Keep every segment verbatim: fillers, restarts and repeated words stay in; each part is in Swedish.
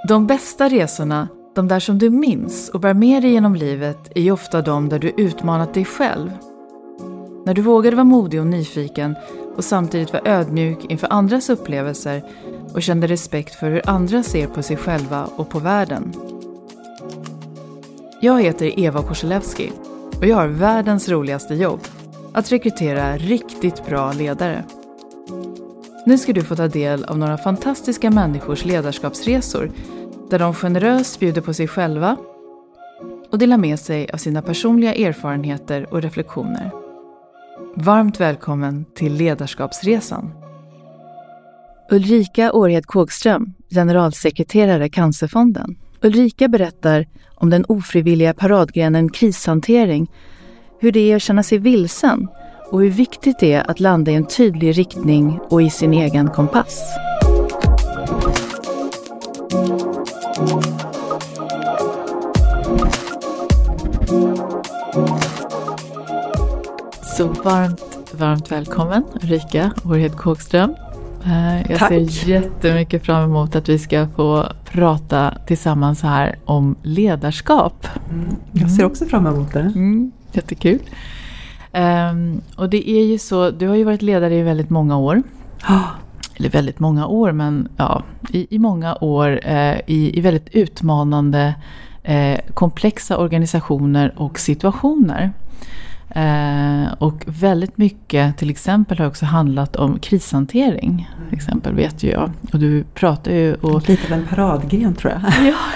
De bästa resorna, de där som du minns och bär med dig genom livet, är ju ofta de där du utmanat dig själv. När du vågade vara modig och nyfiken och samtidigt var ödmjuk inför andras upplevelser och kände respekt för hur andra ser på sig själva och på världen. Jag heter Eva Korselewski och jag har världens roligaste jobb, att rekrytera riktigt bra ledare. Nu ska du få ta del av några fantastiska människors ledarskapsresor där de generöst bjuder på sig själva och delar med sig av sina personliga erfarenheter och reflektioner. Varmt välkommen till Ledarskapsresan. Ulrika Århed Kågström, generalsekreterare Cancerfonden. Ulrika berättar om den ofrivilliga paradgrenen krishantering, hur det är att känna sig vilsen och hur viktigt det är att landa i en tydlig riktning och i sin egen kompass. Så varmt, varmt välkommen Ulrika Århed Kågström. Jag Tack. ser jättemycket fram emot att vi ska få prata tillsammans här om ledarskap. Mm. Jag ser också fram emot det. Mm, jättekul. Um, och det är ju så, du har ju varit ledare i väldigt många år. Oh. Eller väldigt många år, men ja, i, i många år eh, i, i väldigt utmanande, eh, komplexa organisationer och situationer. Eh, och väldigt mycket, till exempel, har också handlat om krishantering. Till exempel, vet ju jag. Och du pratar ju... Och... Lite av en paradgren, tror jag. Ja,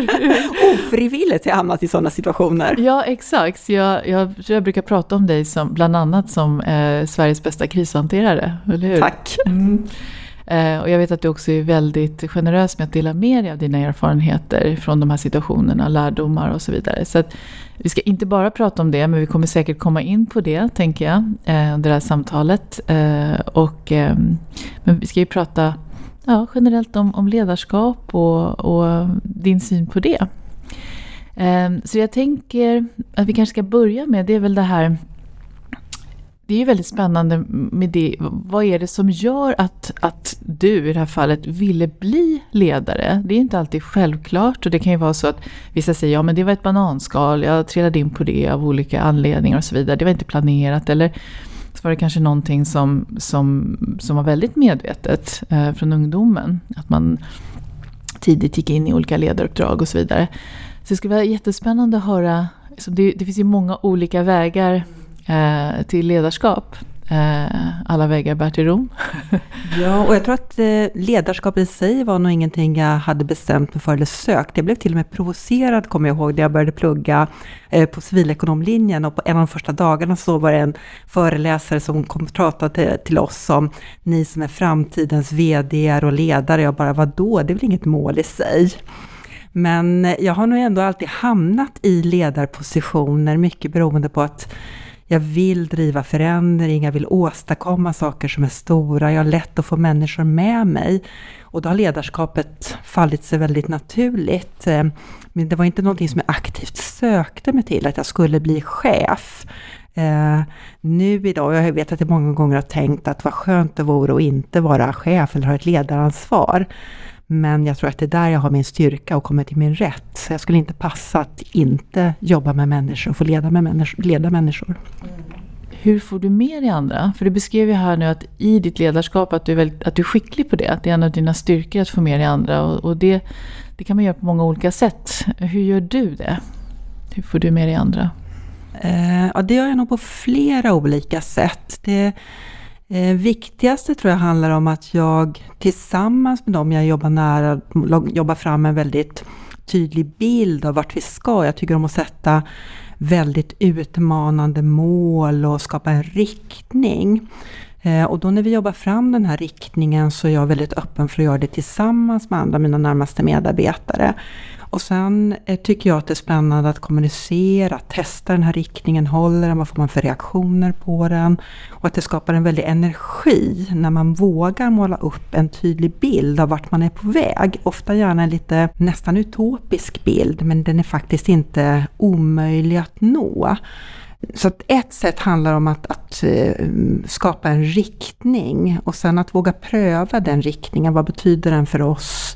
ofrivilligt jag hamnat i sådana situationer. Ja, exakt. Jag, jag, jag brukar prata om dig som, bland annat som eh, Sveriges bästa krishanterare, eller hur? Tack. Mm. Eh, och jag vet att du också är väldigt generös med att dela med dig av dina erfarenheter från de här situationerna, lärdomar och så vidare. Så att vi ska inte bara prata om det, men vi kommer säkert komma in på det, tänker jag, eh, under det här samtalet. Eh, och, eh, men vi ska ju prata ja, generellt om, om ledarskap och, och din syn på det. Eh, så jag tänker att vi kanske ska börja med, det är väl det här. Det är ju väldigt spännande med det. Vad är det som gör att, att du i det här fallet ville bli ledare? Det är inte alltid självklart, och det kan ju vara så att vissa säger ja men det var ett bananskal, jag trillade in på det av olika anledningar och så vidare. Det var inte planerat, eller så var det kanske någonting som, som, som var väldigt medvetet eh, från ungdomen. Att man tidigt gick in i olika ledaruppdrag och så vidare. Så det skulle vara jättespännande att höra. Så det, det finns ju många olika vägar Eh, till ledarskap. Eh, alla vägar bär till Rom. Ja, och jag tror att eh, ledarskap i sig var nog ingenting jag hade bestämt mig för eller sökt. Jag blev till och med provocerad, kommer jag ihåg, när jag började plugga eh, på civilekonomlinjen, och på en av de första dagarna så var det en föreläsare som kom och pratade till, till oss om ni som är framtidens vd:ar och ledare. Jag bara, vadå? Det är väl inget mål i sig. Men jag har nog ändå alltid hamnat i ledarpositioner, mycket beroende på att jag vill driva förändring, jag vill åstadkomma saker som är stora, jag har lätt att få människor med mig. Och då har ledarskapet fallit sig väldigt naturligt. Men det var inte någonting som jag aktivt sökte mig till, att jag skulle bli chef. Eh, nu idag, jag vet att jag många gånger har tänkt att vad skönt det vore att inte vara chef eller ha ett ledaransvar. Men jag tror att det är där jag har min styrka och kommer till min rätt. Så jag skulle inte passa att inte jobba med människor och få leda, med människor, leda människor. Hur får du med dig andra? För du beskrev ju här nu att i ditt ledarskap att du är, väldigt, att du är skicklig på det. Att det är en av dina styrkor att få med dig andra. Och, och det, det kan man göra på många olika sätt. Hur gör du det? Hur får du med dig andra? Eh, ja, det gör jag nog på flera olika sätt. Det Eh, viktigaste tror jag handlar om att jag tillsammans med dem jag jobbar nära jobbar fram en väldigt tydlig bild av vart vi ska. Jag tycker om att sätta väldigt utmanande mål och skapa en riktning. Eh, och då när vi jobbar fram den här riktningen så är jag väldigt öppen för att göra det tillsammans med andra, mina närmaste medarbetare. Och sen eh, tycker jag att det är spännande att kommunicera, att testa den här riktningen, håller den, vad får man för reaktioner på den. Och att det skapar en väldig energi när man vågar måla upp en tydlig bild av vart man är på väg. Ofta gärna en lite nästan utopisk bild, men den är faktiskt inte omöjlig att nå. Så att ett sätt handlar om att, att uh, skapa en riktning och sen att våga pröva den riktningen. Vad betyder den för oss?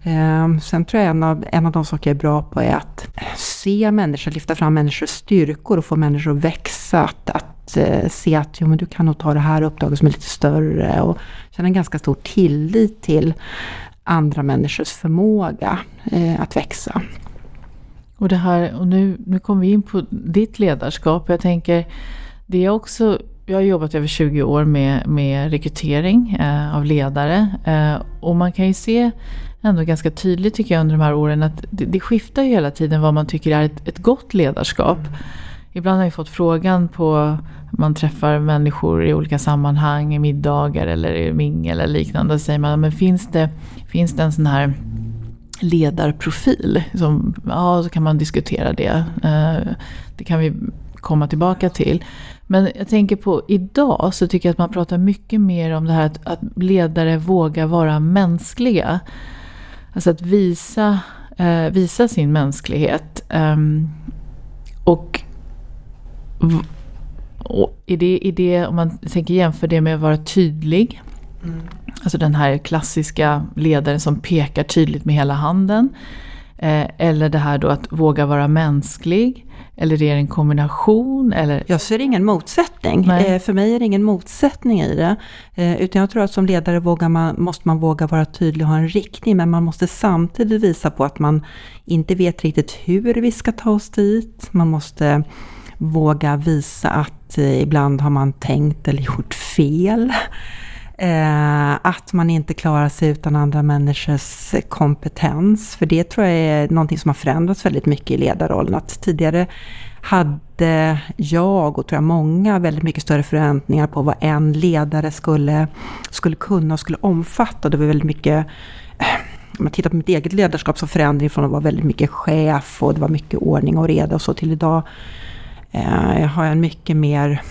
Eh, sen tror jag en av, en av de saker jag är bra på är att se människor, lyfta fram människors styrkor och få människor att växa. Att, att eh, se att jo, men du kan nog ta det här uppdraget som är lite större och känna en ganska stor tillit till andra människors förmåga eh, att växa. Och, det här, och nu, nu kommer vi in på ditt ledarskap. Jag tänker, det är också, jag har jobbat över tjugo år med, med rekrytering eh, av ledare. Eh, och man kan ju se ändå ganska tydligt tycker jag under de här åren att det, det skiftar ju hela tiden vad man tycker är ett, ett gott ledarskap. Mm. Ibland har jag fått frågan på, man träffar människor i olika sammanhang, i middagar eller i mingel eller liknande. Så säger man, men finns det, finns det en sån här ledarprofil? Som, ja, så kan man diskutera det. Det kan vi komma tillbaka till. Men jag tänker på idag så tycker jag att man pratar mycket mer om det här att, att ledare vågar vara mänskliga. Alltså att visa, eh, visa sin mänsklighet. Um, och Och i det, i det, om man tänker jämför det med att vara tydlig. Mm. Alltså den här klassiska ledaren som pekar tydligt med hela handen. Eh, eller det här då att våga vara mänsklig. Eller är det en kombination? Eller... Jag ser ingen motsättning. Eh, för mig är det ingen motsättning i det. Eh, utan jag tror att som ledare vågar man, måste man våga vara tydlig och ha en riktning. Men man måste samtidigt visa på att man inte vet riktigt hur vi ska ta oss dit. Man måste våga visa att eh, ibland har man tänkt eller gjort fel. Eh, att man inte klarar sig utan andra människors kompetens. För det tror jag är någonting som har förändrats väldigt mycket i ledarrollen. Att tidigare hade jag och tror jag många väldigt mycket större förväntningar på vad en ledare skulle, skulle kunna och skulle omfatta. Det var väldigt mycket... Om man tittar på mitt eget ledarskap så förändring från att vara väldigt mycket chef och det var mycket ordning och reda och så till idag. Jag har en mycket mer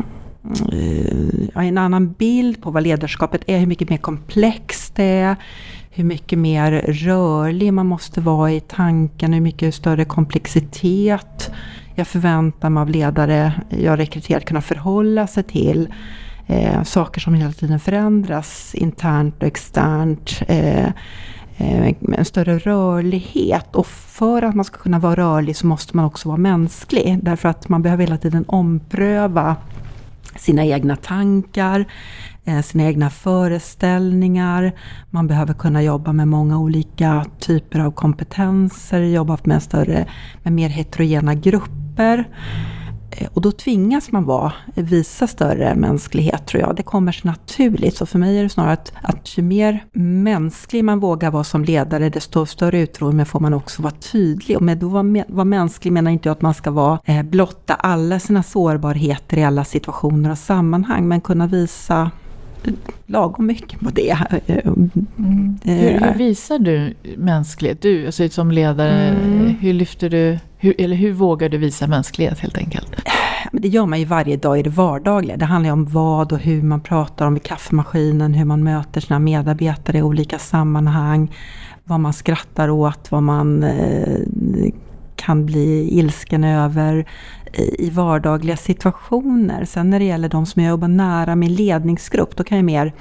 en annan bild på vad ledarskapet är, hur mycket mer komplext det är, hur mycket mer rörlig man måste vara i tanken, hur mycket större komplexitet jag förväntar mig av ledare jag rekryterar kunna förhålla sig till. Eh, saker som hela tiden förändras internt och externt. Eh, en större rörlighet, och för att man ska kunna vara rörlig så måste man också vara mänsklig, därför att man behöver hela tiden ompröva sina egna tankar, sina egna föreställningar. Man behöver kunna jobba med många olika typer av kompetenser, jobba med större, med mer heterogena grupper. Och då tvingas man vara, visa större mänsklighet tror jag. Det kommer så naturligt. Så för mig är det snarare att, att ju mer mänsklig man vågar vara som ledare, desto större utrymme får man också vara tydlig. Och med att vara, vara mänsklig menar inte jag att man ska vara, eh, blotta alla sina sårbarheter i alla situationer och sammanhang. Men kunna visa lagom mycket på det. Mm. Hur, hur visar du mänsklighet? Du, alltså som ledare, mm. hur lyfter du, hur, eller hur vågar du visa mänsklighet helt enkelt? Men det gör man ju varje dag i det vardagliga. Det handlar ju om vad och hur man pratar om i kaffemaskinen, hur man möter sina medarbetare i olika sammanhang, vad man skrattar åt, vad man eh, kan bli ilsken över i vardagliga situationer. Sen när det gäller de som jag jobbar nära med ledningsgrupp, då kan jag mer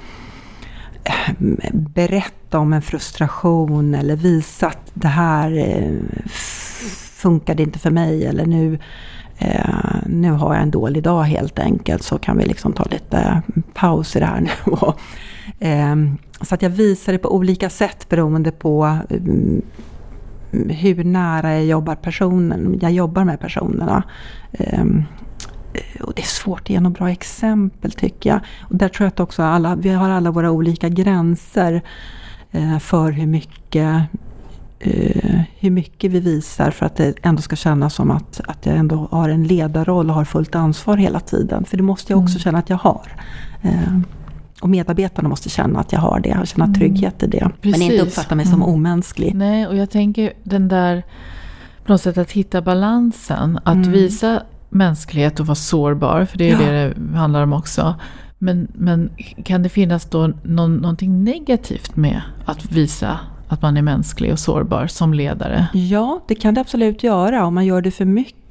berätta om en frustration eller visa att det här funkade inte för mig, eller nu, nu har jag en dålig dag helt enkelt, så kan vi liksom ta lite paus i det här nu. Så att jag visar det på olika sätt beroende på hur nära jag jobbar personen. Jag jobbar med personerna. Um, och det är svårt att ge några bra exempel tycker jag. Och där tror jag att också alla, vi har alla våra olika gränser uh, för hur mycket, uh, hur mycket vi visar för att det ändå ska kännas som att, att jag ändå har en ledarroll och har fullt ansvar hela tiden. För det måste jag också mm. känna att jag har. Uh, Och medarbetarna måste känna att jag har det. Och känna trygghet i det. Precis. Men inte uppfatta mig som mm. omänsklig. Nej, och jag tänker den där på något sätt att hitta balansen. Att mm. visa mänsklighet och vara sårbar. För det är ja. det det handlar om också. Men, men kan det finnas då någon, någonting negativt med att visa att man är mänsklig och sårbar som ledare? Ja, det kan det absolut göra. Om man gör det för mycket.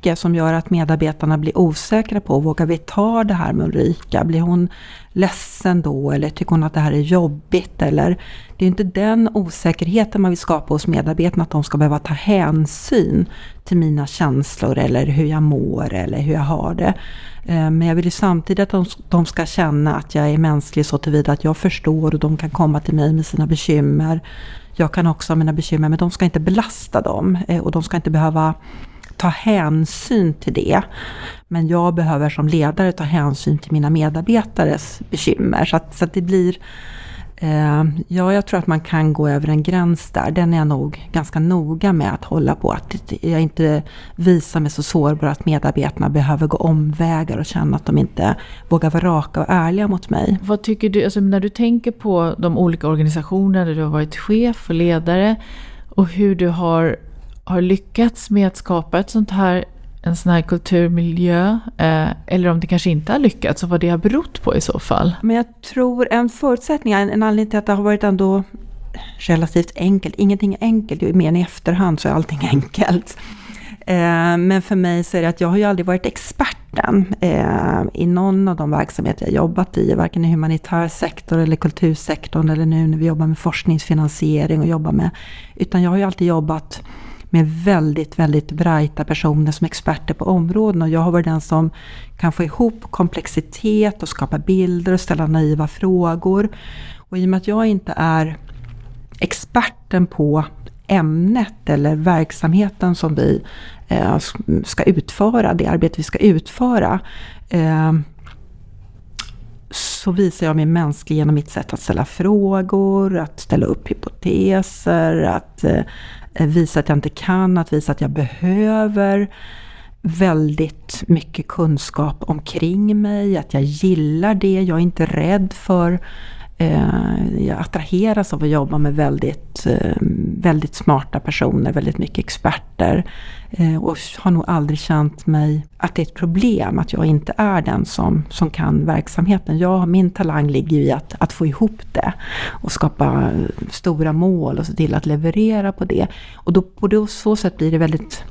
mycket som gör att medarbetarna blir osäkra på, vågar vi ta det här med Ulrika? Blir hon ledsen då, eller tycker hon att det här är jobbigt? Eller, det är inte den osäkerheten man vill skapa hos medarbetarna, att de ska behöva ta hänsyn till mina känslor eller hur jag mår eller hur jag har det. Men jag vill ju samtidigt att de, de ska känna att jag är mänsklig så tillvida att jag förstår och de kan komma till mig med sina bekymmer. Jag kan också ha mina bekymmer, men de ska inte belasta dem och de ska inte behöva ta hänsyn till det. Men jag behöver som ledare ta hänsyn till mina medarbetares bekymmer. Så att, så att det blir... Eh, ja, jag tror att man kan gå över en gräns där. Den är jag nog ganska noga med att hålla på. Att jag inte visar mig så sårbar att medarbetarna behöver gå omvägar och känna att de inte vågar vara raka och ärliga mot mig. Vad tycker du, alltså när du tänker på de olika organisationer där du har varit chef och ledare och hur du har, har lyckats med att skapa ett sånt här, en sån här kulturmiljö, eh, eller om det kanske inte har lyckats, och vad det har berott på i så fall? Men jag tror en förutsättning, en, en anledning till att det har varit ändå relativt enkelt. Ingenting är enkelt, ju mer i efterhand så är allting enkelt. Eh, men för mig så är det att jag har ju aldrig varit experten eh, i någon av de verksamheter jag jobbat i, varken i humanitär sektor eller kultursektorn eller nu när vi jobbar med forskningsfinansiering och jobbar med, utan jag har ju alltid jobbat med väldigt, väldigt brighta personer som experter på områden, och jag har varit den som kan få ihop komplexitet och skapa bilder och ställa naiva frågor. Och i och med att jag inte är experten på ämnet eller verksamheten som vi eh, ska utföra, det arbete vi ska utföra, eh, så visar jag mig mänsklig genom mitt sätt att ställa frågor, att ställa upp hypoteser, att eh, visa att jag inte kan, att visa att jag behöver väldigt mycket kunskap omkring mig, att jag gillar det, jag är inte rädd för, eh, jag attraheras av att jobba med väldigt, eh, väldigt smarta personer, väldigt mycket experter, eh, och har nog aldrig känt mig att det är ett problem att jag inte är den som, som kan verksamheten. Jag, min talang ligger i att, att få ihop det och skapa stora mål och se till att leverera på det. Och då, på det, så sätt blir det väldigt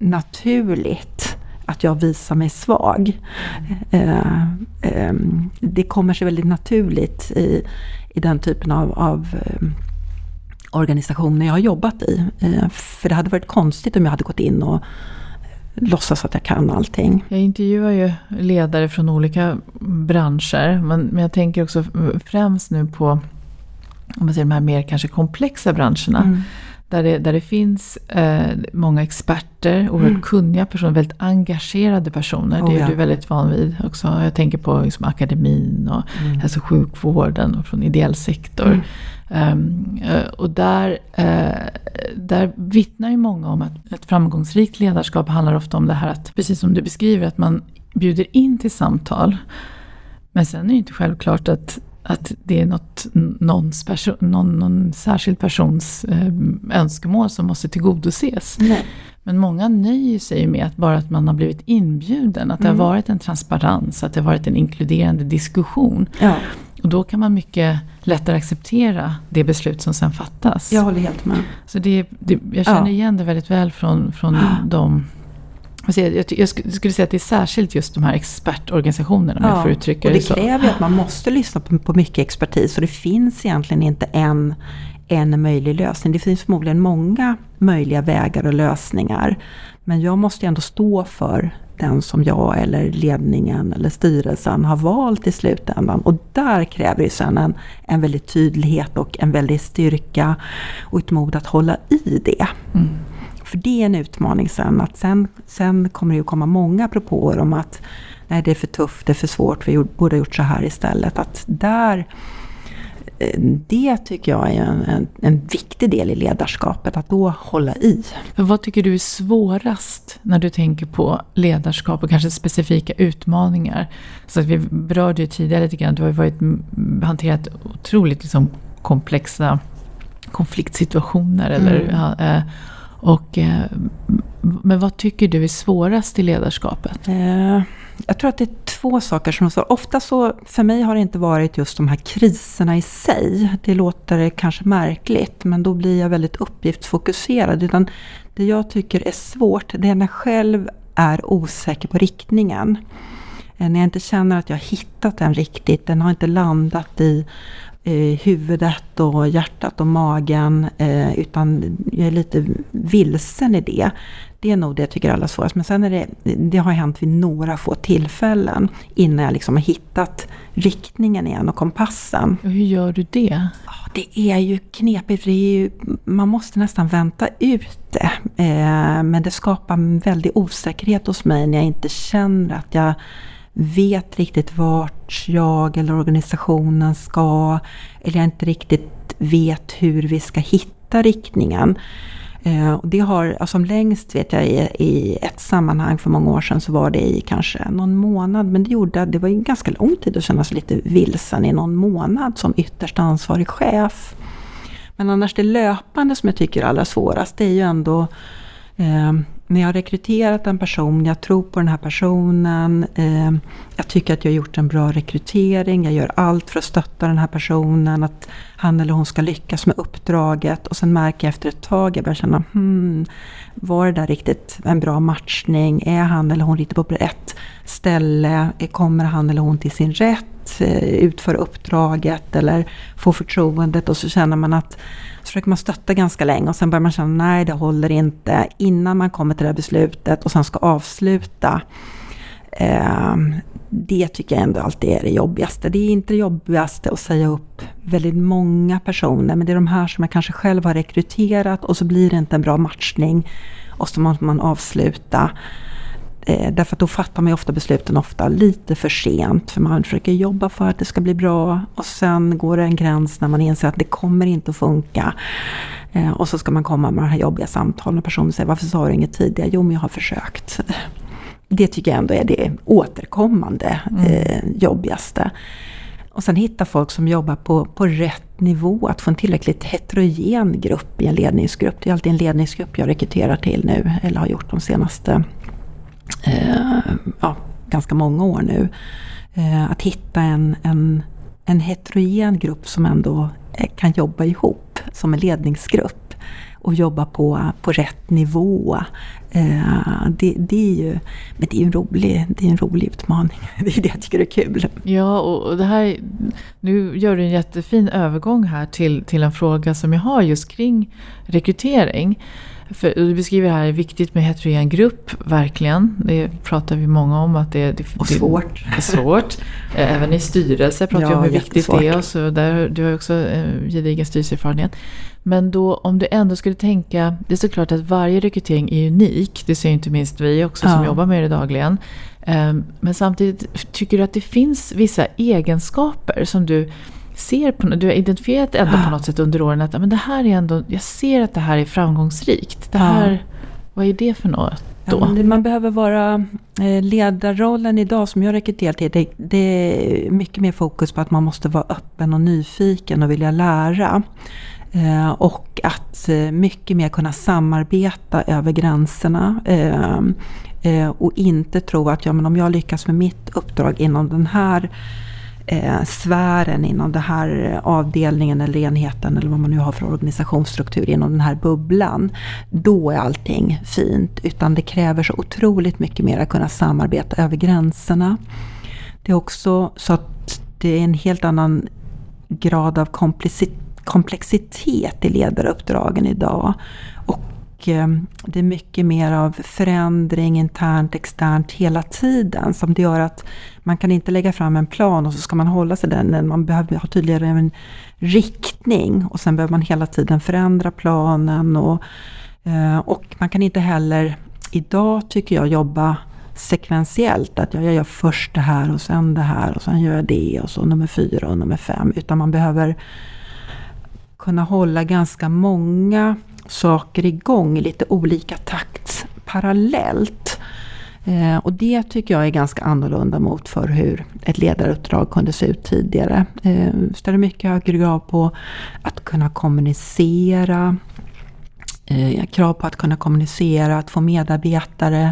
naturligt att jag visar mig svag. Eh, eh, det kommer sig väldigt naturligt i, i den typen av, av eh, organisationer jag har jobbat i. Eh, för det hade varit konstigt om jag hade gått in och låtsas att jag kan allting. Jag intervjuar ju ledare från olika branscher, men, men jag tänker också främst nu på, om man säger, de här mer kanske komplexa branscherna. Mm. Där det, där det finns eh, många experter, oerhört mm. kunniga personer, väldigt engagerade personer. Oh, det är ja. du väldigt van vid också. Jag tänker på liksom, akademin och mm. hälso- och sjukvården och från ideell sektor. Mm. Um, och där, uh, där vittnar ju många om att ett framgångsrikt ledarskap handlar ofta om det här att, precis som du beskriver, att man bjuder in till samtal. Men sen är det inte självklart att att det är något, någon, perso- någon, någon särskild persons eh, önskemål som måste tillgodoses. Nej. Men många nöjer sig med att bara att man har blivit inbjuden, att det mm. har varit en transparens, att det har varit en inkluderande diskussion. Ja. Och då kan man mycket lättare acceptera det beslut som sen fattas. Jag håller helt med. Så det, det, jag känner ja. igen det väldigt väl från, från ja. de... Jag, jag skulle säga att det är särskilt just de här expertorganisationerna, om ja, jag får uttrycka det det så. Och det kräver ju att man måste lyssna på, på mycket expertis, och det finns egentligen inte en, en möjlig lösning. Det finns förmodligen många möjliga vägar och lösningar, men jag måste ändå stå för den som jag eller ledningen eller styrelsen har valt i slutändan, och där kräver det sedan en, en väldigt tydlighet och en väldigt styrka och ett mod att hålla i det. Mm. För det är en utmaning sen, att sen, sen kommer det ju komma många propåer om att nej, det är för tufft, det är för svårt, vi borde ha gjort så här istället. Att där, det tycker jag är en, en, en viktig del i ledarskapet, att då hålla i. Men vad tycker du är svårast när du tänker på ledarskap och kanske specifika utmaningar? Så att vi berörde ju tidigare lite grann, du har ju varit, hanterat otroligt liksom, komplexa konfliktsituationer eller... Mm. Ja, Och, men vad tycker du är svårast i ledarskapet? Eh, jag tror att det är två saker som är svåra. Ofta så, för mig har det inte varit just de här kriserna i sig. Det låter kanske märkligt, men då blir jag väldigt uppgiftsfokuserad. Utan det jag tycker är svårt, det är när själv är osäker på riktningen. Eh, när jag inte känner att jag har hittat den riktigt, den har inte landat i eh, huvudet och hjärtat och magen, eh, utan jag är lite vilsen i det. Det är nog det jag tycker är allra svårast. Men sen är det, det har hänt vid några få tillfällen innan jag liksom har hittat riktningen igen och kompassen. Och hur gör du det? Det är ju knepigt, för det är ju, man måste nästan vänta ut det. Eh, men det skapar en väldig osäkerhet hos mig när jag inte känner att jag vet riktigt vart jag eller organisationen ska, eller jag inte riktigt vet hur vi ska hitta riktningen. Eh, och det har, alltså, som längst vet jag i, i ett sammanhang för många år sedan, så var det i kanske någon månad, men det gjorde att det var en ganska lång tid att känna sig lite vilsen i någon månad som ytterst ansvarig chef. Men annars det löpande som jag tycker är allra svårast, det är ju ändå eh, när jag har rekryterat en person, jag tror på den här personen, eh, jag tycker att jag har gjort en bra rekrytering, jag gör allt för att stötta den här personen, att han eller hon ska lyckas med uppdraget, och sen märker jag efter ett tag, jag börjar känna, hmm, var det där riktigt en bra matchning? Är han eller hon lite på rätt ställe? Kommer han eller hon till sin rätt? Utföra uppdraget eller få förtroendet? Och så känner man att, så försöker man stötta ganska länge, och sen börjar man känna, nej, det håller inte, innan man kommer till det här beslutet och sen ska avsluta. Eh, det tycker jag ändå alltid är det jobbigaste. Det är inte det jobbigaste att säga upp väldigt många personer, men det är de här som jag kanske själv har rekryterat, och så blir det inte en bra matchning och så måste man avsluta. Eh, därför att då fattar man ju ofta besluten ofta lite för sent, för man försöker jobba för att det ska bli bra, och sen går det en gräns när man inser att det kommer inte att funka. Eh, och så ska man komma med de här jobbiga samtalen, och personen säger, varför sa du inget tidigare? Jo, men jag har försökt. Det tycker jag ändå är det återkommande eh, jobbigaste. Och sen hitta folk som jobbar på, på rätt nivå. Att få en tillräckligt heterogen grupp i en ledningsgrupp. Det är alltid en ledningsgrupp jag rekryterar till nu. Eller har gjort de senaste eh, ja, ganska många år nu. Eh, att hitta en, en, en heterogen grupp som ändå kan jobba ihop som en ledningsgrupp. Och jobba på, på rätt nivå. Eh, det, det är ju, men det är en rolig, det är en rolig utmaning. Det är det jag tycker är kul. Ja, och det här, nu gör du en jättefin övergång här till, till en fråga som jag har just kring rekrytering. För du beskriver här, det är viktigt med heterogen grupp, verkligen. Det pratar vi många om att det, det, och svårt. det är svårt. Även i styrelse pratar vi ja, om hur viktigt det är. Och så där, du har också eh, gedigen styrelseerfarenhet. Men då, om du ändå skulle tänka, det är såklart att varje rekrytering är unik. Det ser inte minst vi också som ja. jobbar med det dagligen. Um, men samtidigt, tycker du att det finns vissa egenskaper som du ser på, du har identifierat ändå på något sätt under åren att men det här är ändå, jag ser att det här är framgångsrikt. Det här, ja. Vad är det för något då? Ja, man behöver vara ledarrollen idag som jag rekryterar till. Det, det är mycket mer fokus på att man måste vara öppen och nyfiken och vilja lära. Eh, och att eh, mycket mer kunna samarbeta över gränserna. Eh, eh, och inte tro att ja, men om jag lyckas med mitt uppdrag inom den här Eh, sfären, inom den här avdelningen eller enheten eller vad man nu har för organisationsstruktur inom den här bubblan, då är allting fint, utan det kräver så otroligt mycket mer att kunna samarbeta över gränserna. Det är också så att det är en helt annan grad av komplexitet i ledaruppdragen idag, och det är mycket mer av förändring internt, externt hela tiden, som det gör att man kan inte lägga fram en plan och så ska man hålla sig den. Man behöver ha tydligare en riktning, och sen behöver man hela tiden förändra planen, och, och man kan inte heller idag, tycker jag, jobba sekventiellt, att jag gör först det här och sen det här och sen gör jag det och så nummer fyra och nummer fem, utan man behöver kunna hålla ganska många saker igång i lite olika takt parallellt. Eh, och det tycker jag är ganska annorlunda mot för hur ett ledaruppdrag kunde se ut tidigare. Eh, ställer mycket högre krav på att kunna kommunicera, eh, krav på att kunna kommunicera, att få medarbetare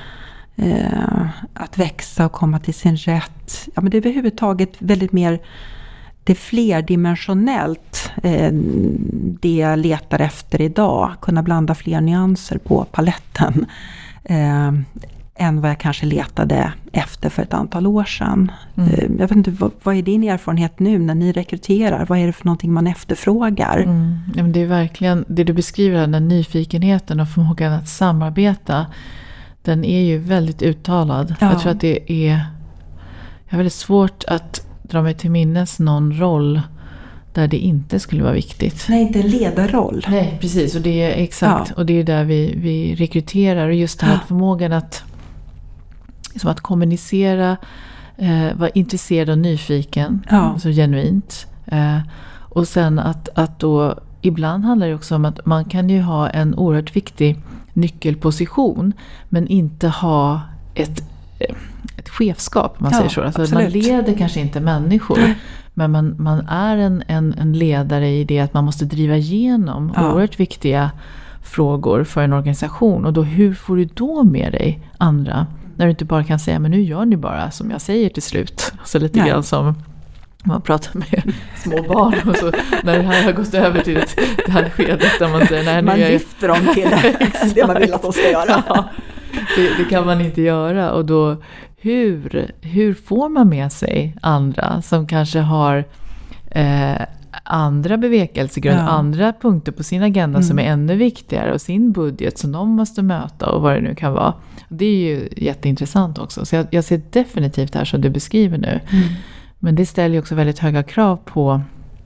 eh, att växa och komma till sin rätt. Ja, men det är överhuvudtaget väldigt mer, det är flerdimensionellt eh, det jag letar efter idag. Kunna blanda fler nyanser på paletten. Eh, än vad jag kanske letade efter för ett antal år sedan. Mm. Jag vet inte, vad, vad är din erfarenhet nu när ni rekryterar? Vad är det för någonting man efterfrågar? Mm. Ja, men det är verkligen det du beskriver här, den nyfikenheten och förmågan att samarbeta. Den är ju väldigt uttalad. Ja. Jag tror att det är, jag har väldigt svårt att dra mig till minnes någon roll där det inte skulle vara viktigt. Nej, inte en ledarroll. Nej, precis. Och det är exakt. Ja. Och det är där vi, vi rekryterar. Och just det här ja. förmågan att, liksom att kommunicera, eh, vara intresserad och nyfiken. Ja. Så genuint. Eh, och sen att, att då, ibland handlar det också om att man kan ju ha en oerhört viktig nyckelposition, men inte ha ett, ett chefskap, man ja, säger så. Alltså man leder kanske inte människor. Men man, man är en, en, en ledare i det att man måste driva igenom ja. oerhört viktiga frågor för en organisation. Och då, hur får du då med dig andra? När du inte bara kan säga, men nu gör ni bara som jag säger till slut. Så lite Nej. grann som man pratar med små barn. Och så, när det här har gått över till ett, det här skedet där man säger, nej, nu man jag... lyfter dem till det, det man vill att de ska göra. Ja, det, det kan man inte göra. Och då... Hur, hur får man med sig andra som kanske har eh, andra bevekelsegrund, ja. andra punkter på sin agenda mm. som är ännu viktigare och sin budget som de måste möta och vad det nu kan vara. Det är ju jätteintressant också. Så jag, jag ser definitivt det här som du beskriver nu. Mm. Men det ställer ju också väldigt höga krav på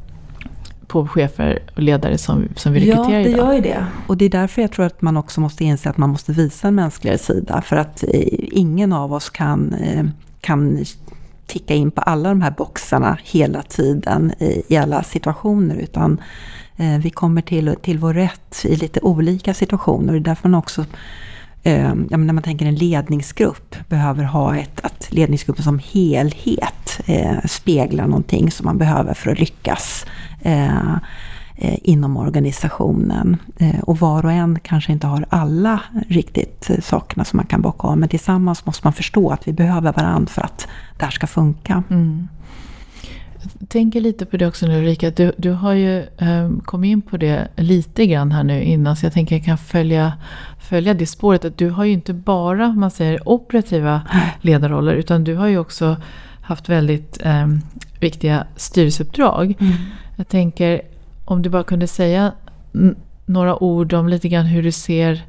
på chefer och ledare som, som vi rekryterar idag. Ja, det gör ju det. Och det är därför jag tror att man också måste inse att man måste visa en mänskligare sida. För att eh, ingen av oss kan, eh, kan ticka in på alla de här boxarna hela tiden i, i alla situationer. Utan eh, vi kommer till, till vår rätt i lite olika situationer. Det är därför man också, eh, ja, när man tänker en ledningsgrupp, behöver ha ett, att ledningsgruppen som helhet eh, speglar någonting som man behöver för att lyckas Eh, eh, inom organisationen. Eh, och var och en kanske inte har alla riktigt eh, sakerna som man kan bocka av. Men tillsammans måste man förstå att vi behöver varandra för att det här ska funka. Mm. Jag tänker lite på det också nu, Ulrika. Du, du har ju eh, kommit in på det lite grann här nu innan. Så jag tänker att jag kan följa, följa det spåret. Att du har ju inte bara, man säger, operativa ledarroller. Utan du har ju också haft väldigt eh, viktiga styrelseuppdrag. Mm. Jag tänker, om du bara kunde säga n- några ord om lite grann hur du ser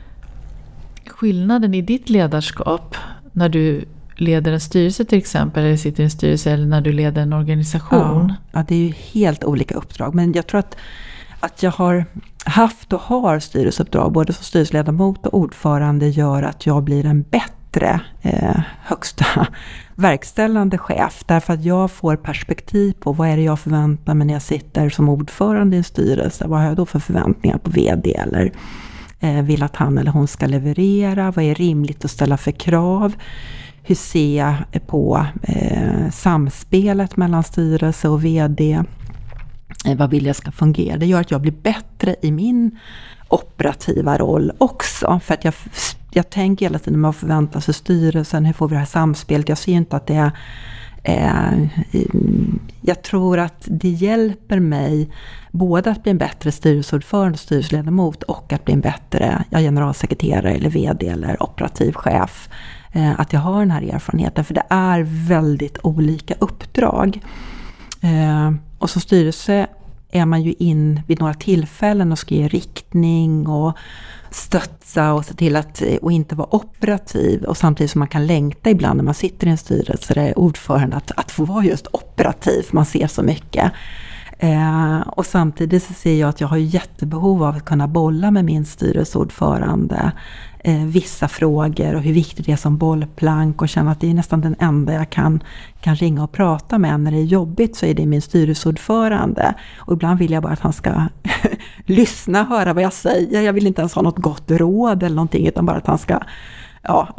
skillnaden i ditt ledarskap när du leder en styrelse till exempel, eller sitter i en styrelse, eller när du leder en organisation. Ja, ja, det är ju helt olika uppdrag. Men jag tror att, att jag har haft och har styrelseuppdrag, både som styrelseledamot och ordförande, gör att jag blir en bättre eh, högsta verkställande chef, därför att jag får perspektiv på vad är det jag förväntar mig när jag sitter som ordförande i en styrelse. Vad har jag då för förväntningar på vd, eller eh, vill att han eller hon ska leverera? Vad är rimligt att ställa för krav? Hur ser jag på eh, samspelet mellan styrelse och vd? Eh, vad vill jag ska fungera? Det gör att jag blir bättre i min operativa roll också, för att jag Jag tänker hela tiden, vad förväntar sig styrelsen, hur får vi det här samspelet? Jag ser inte att det är, eh, jag tror att det hjälper mig både att bli en bättre styrelseordförande och styrelseledamot, och att bli en bättre ja, generalsekreterare eller vd eller operativ chef. Eh, att jag har den här erfarenheten, för det är väldigt olika uppdrag. Eh, och som styrelse är man ju in vid några tillfällen och ska ge riktning och stötta och se till att, och inte vara operativ, och samtidigt som man kan längta ibland när man sitter i en styrelse där är ordförande att, att få vara just operativ, för man ser så mycket. Eh, och samtidigt så ser jag att jag har jättebehov av att kunna bolla med min styrelseordförande eh, vissa frågor och hur viktigt det är som bollplank, och känna att det är nästan den enda jag kan, kan ringa och prata med. När det är jobbigt så är det min styrelseordförande, och ibland vill jag bara att han ska lyssna, höra vad jag säger. Jag vill inte ens ha något gott råd eller någonting, utan bara att han ska ja,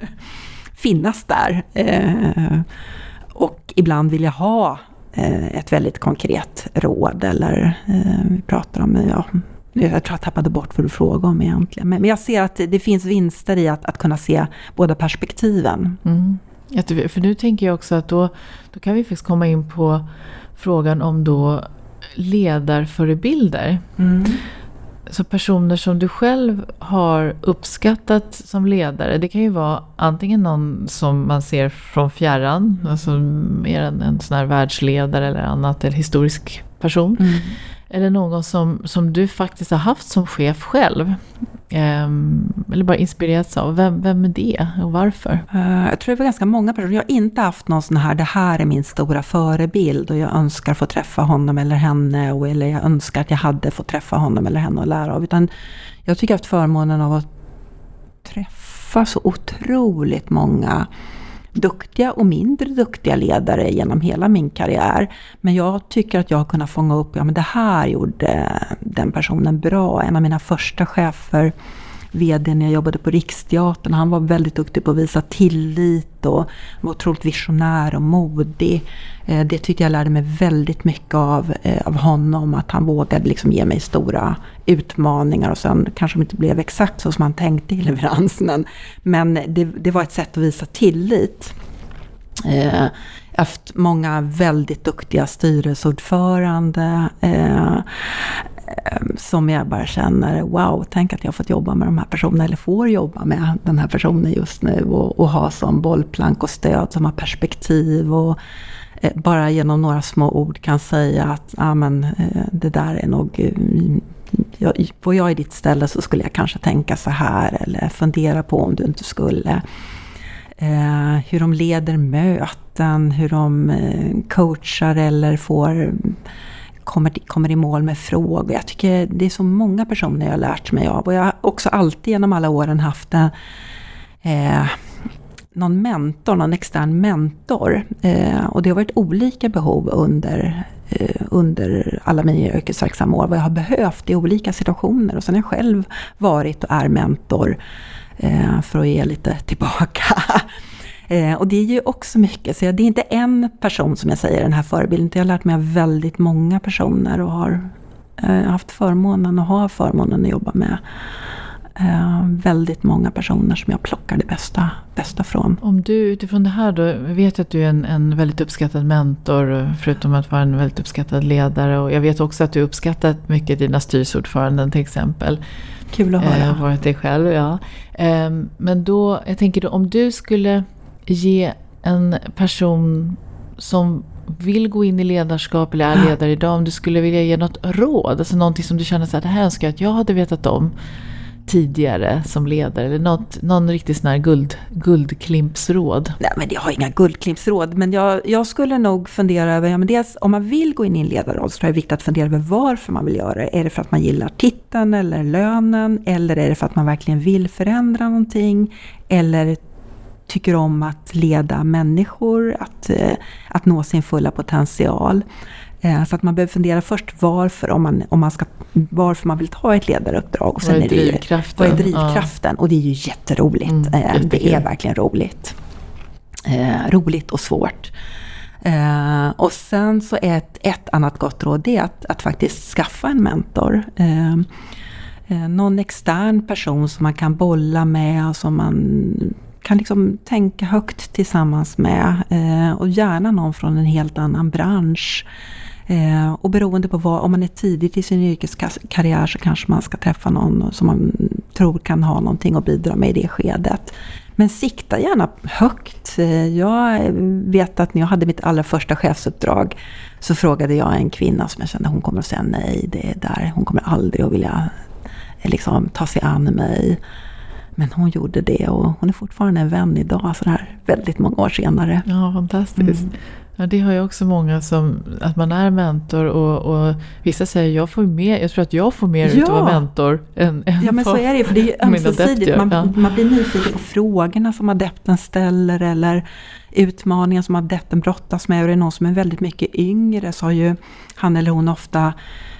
finnas där. Eh, och ibland vill jag ha ett väldigt konkret råd, eller eh, vi pratar om, ja, jag tror jag tappade bort vad du frågade om egentligen. Men, men jag ser att det finns vinster i att, att kunna se båda perspektiven. Mm. För nu tänker jag också att då, då kan vi faktiskt komma in på frågan om då ledarförebilder. Mm. så personer som du själv har uppskattat som ledare, det kan ju vara antingen någon som man ser från fjärran, alltså mer än en sån här världsledare eller annat, eller historisk person. Mm. Eller någon som, som du faktiskt har haft som chef själv. Um, eller bara inspirerats av. Vem, vem är det och varför? Uh, jag tror det var ganska många personer. Jag har inte haft någon sån här, det här är min stora förebild och jag önskar få träffa honom eller henne, och, eller jag önskar att jag hade fått träffa honom eller henne och lära av. Utan jag tycker jag har haft förmånen av att träffa så otroligt många duktiga och mindre duktiga ledare genom hela min karriär. Men jag tycker att jag har kunnat fånga upp, ja men det här gjorde den personen bra. En av mina första chefer, vd när jag jobbade på Riksteatern, han var väldigt duktig på att visa tillit och var otroligt visionär och modig. Det tyckte jag lärde mig väldigt mycket av, av honom, att han vågade liksom ge mig stora utmaningar, och sen kanske det inte blev exakt så som han tänkte i leveransen, men det, det var ett sätt att visa tillit. Eh, efter många väldigt duktiga styrelseordförande eh, som jag bara känner, wow, tänk att jag har fått jobba med de här personerna, eller får jobba med den här personen just nu, och, och ha som bollplank och stöd, som har perspektiv, och eh, bara genom några små ord kan säga att ah, men, eh, det där är nog, eh, jag, på jag i ditt ställe så skulle jag kanske tänka så här, eller fundera på om du inte skulle. Eh, hur de leder möten, hur de eh, coachar eller får kommer, kommer i mål med frågor. Jag tycker det är så många personer jag har lärt mig av, och jag har också alltid genom alla åren haft en, eh, någon mentor, någon extern mentor, eh, och det har varit olika behov under, eh, under alla mina yrkesverksamma år, vad jag har behövt i olika situationer, och sen har jag själv varit och är mentor eh, för att ge lite tillbaka. Eh, och det är ju också mycket, så det är inte en person som jag säger den här förebilden, jag har lärt mig av väldigt många personer, och har eh, haft förmånen och har förmånen att jobba med eh, väldigt många personer som jag plockar det bästa, bästa från. Om du utifrån det här då, vet att du är en, en väldigt uppskattad mentor, förutom att vara en väldigt uppskattad ledare, och jag vet också att du uppskattat mycket dina styrelseordföranden till exempel. Kul att höra. Eh, varit dig själv, ja. Eh, men då, jag tänker då, om du skulle ge en person som vill gå in i ledarskap eller är ledare idag, om du skulle vilja ge något råd, alltså någonting som du känner så här, det här önskar jag att jag hade vetat om tidigare som ledare, eller något, någon riktigt sån här guld, guldklimpsråd. Nej, men jag har inga guldklimpsråd, men jag, jag skulle nog fundera över, ja, men dels, om man vill gå in i en ledarroll, så är det viktigt att fundera över varför man vill göra det. Är det för att man gillar titeln eller lönen, eller är det för att man verkligen vill förändra någonting, eller tycker om att leda människor, att, att nå sin fulla potential. Så att man behöver fundera först varför, om man, om man ska, varför man vill ta ett ledaruppdrag. Och sen vad är är det ju, drivkraften? Vad är drivkraften? Ja. Och det är ju jätteroligt. Mm, det är verkligen roligt. Eh, roligt och svårt. Eh, och sen så är ett, ett annat gott råd, det är att, att faktiskt skaffa en mentor. Eh, eh, någon extern person som man kan bolla med, och som man kan liksom tänka högt tillsammans med, eh, och gärna någon från en helt annan bransch. Eh, och beroende på vad, om man är tidigt i sin yrkeskarriär, så kanske man ska träffa någon som man tror kan ha någonting att bidra med i det skedet. Men sikta gärna högt. Jag vet att när jag hade mitt allra första chefsuppdrag, så frågade jag en kvinna som jag kände, hon kommer att säga nej, det är där, hon kommer aldrig att vilja liksom ta sig an mig. Men hon gjorde det, och hon är fortfarande en vän idag, så här väldigt många år senare. Ja, fantastiskt. Mm. Ja, det har ju också många som, att man är mentor, och, och vissa säger, jag får mer, jag tror att jag får mer ja. ut att vara mentor än, än ja, men så är det, för det är ju ömsesidigt. Man, ja. man blir nyfiken på frågorna som adepten ställer, eller utmaningar som adepten brottas med. Och det är någon som är väldigt mycket yngre, så har ju han eller hon ofta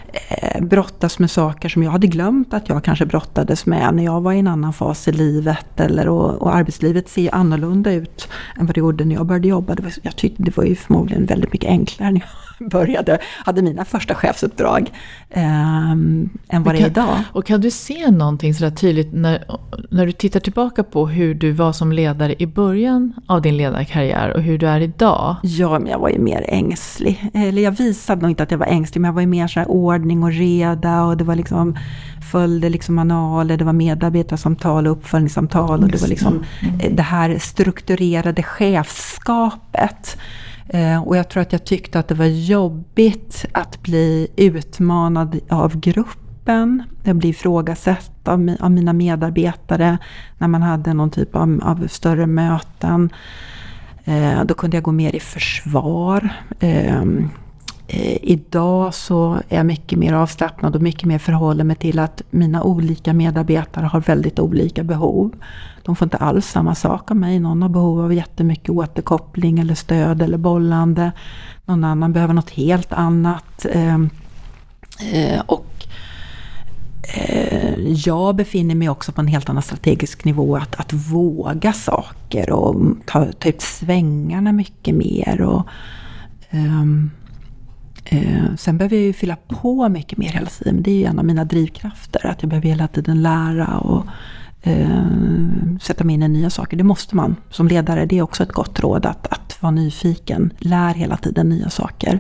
brottas med saker som jag hade glömt att jag kanske brottades med när jag var i en annan fas i livet, eller, och, och arbetslivet ser ju annorlunda ut än vad det gjorde när jag började jobba. Det var, jag tyckte det var ju förmodligen väldigt mycket enklare när jag började, hade mina första chefsuppdrag eh, än vad kan, det är idag. Och kan du se någonting sådär tydligt när, när du tittar tillbaka på hur du var som ledare i början av din ledarkarriär och hur du är idag? Ja, men jag var ju mer ängslig. Eller jag visade nog inte att jag var ängslig, men jag var ju mer så här ordning och reda, och det var liksom följde liksom manualer, det var medarbetarsamtal och uppföljningssamtal, och det var liksom mm. det här strukturerade chefskapet. Eh, och jag tror att jag tyckte att det var jobbigt att bli utmanad av gruppen. Jag blev ifrågasatt av, av mina medarbetare när man hade någon typ av, av större möten. Eh, då kunde jag gå mer i försvar. Eh, eh, idag så är jag mycket mer avslappnad och mycket mer förhåller mig till att mina olika medarbetare har väldigt olika behov. De får inte alls samma sak av mig. Någon har behov av jättemycket återkoppling eller stöd eller bollande. Någon annan behöver något helt annat. Eh, eh, och eh, jag befinner mig också på en helt annan strategisk nivå. Att, att våga saker och ta, ta ut svängarna mycket mer. Och, eh, eh, sen behöver jag ju fylla på mycket mer hela tiden. Men det är ju en av mina drivkrafter. Att jag behöver hela tiden lära och Uh, sätta mig in i nya saker. Det måste man som ledare. Det är också ett gott råd att, att vara nyfiken. Lär hela tiden nya saker.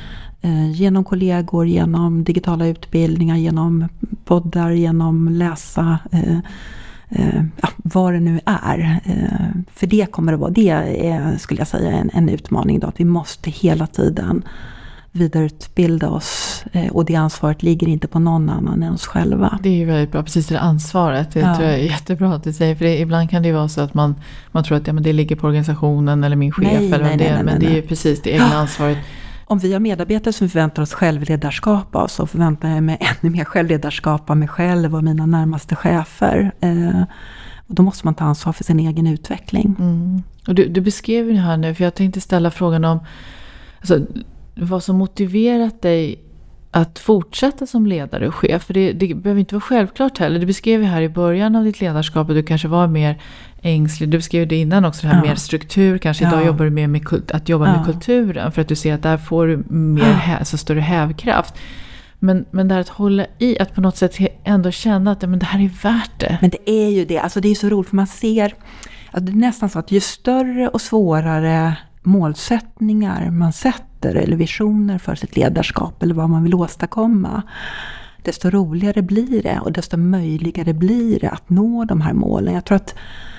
Uh, genom kollegor, genom digitala utbildningar, genom poddar, genom läsa. Uh, uh, ja, vad det nu är. Uh, för det kommer det vara. Det är, skulle jag säga, en, en utmaning då. Att vi måste hela tiden vidareutbilda oss, och det ansvaret ligger inte på någon annan än oss själva. Det är ju väldigt bra, precis det ansvaret. Det ja. tror jag är jättebra att du säger, för det, ibland kan det ju vara så att man, man tror att ja, men det ligger på organisationen eller min chef, nej, eller nej, det, nej, nej, men nej. det är ju precis det egna ansvaret. Om vi har medarbetare som förväntar oss självledarskap av, så förväntar jag mig ännu mer självledarskap av mig själv och mina närmaste chefer. Eh, och då måste man ta ansvar för sin egen utveckling. Mm. Och du, du beskrev det här nu, för jag tänkte ställa frågan om alltså, vad som motiverat dig att fortsätta som ledare och chef. För det, det behöver inte vara självklart heller. Du beskrev här i början av ditt ledarskap att du kanske var mer ängslig. Du beskrev det innan också, det här ja. mer struktur. Kanske ja. idag jobbar du mer med kult, att jobba ja. med kulturen. För att du ser att där får du mer ja. hä, så större hävkraft. Men, men det här att hålla i, att på något sätt ändå känna att men det här är värt det. Men det är ju det. Alltså det är så roligt, för man ser att det är nästan så att ju större och svårare målsättningar man sätter eller visioner för sitt ledarskap eller vad man vill åstadkomma, desto roligare blir det och desto möjligare blir det att nå de här målen. Jag tror att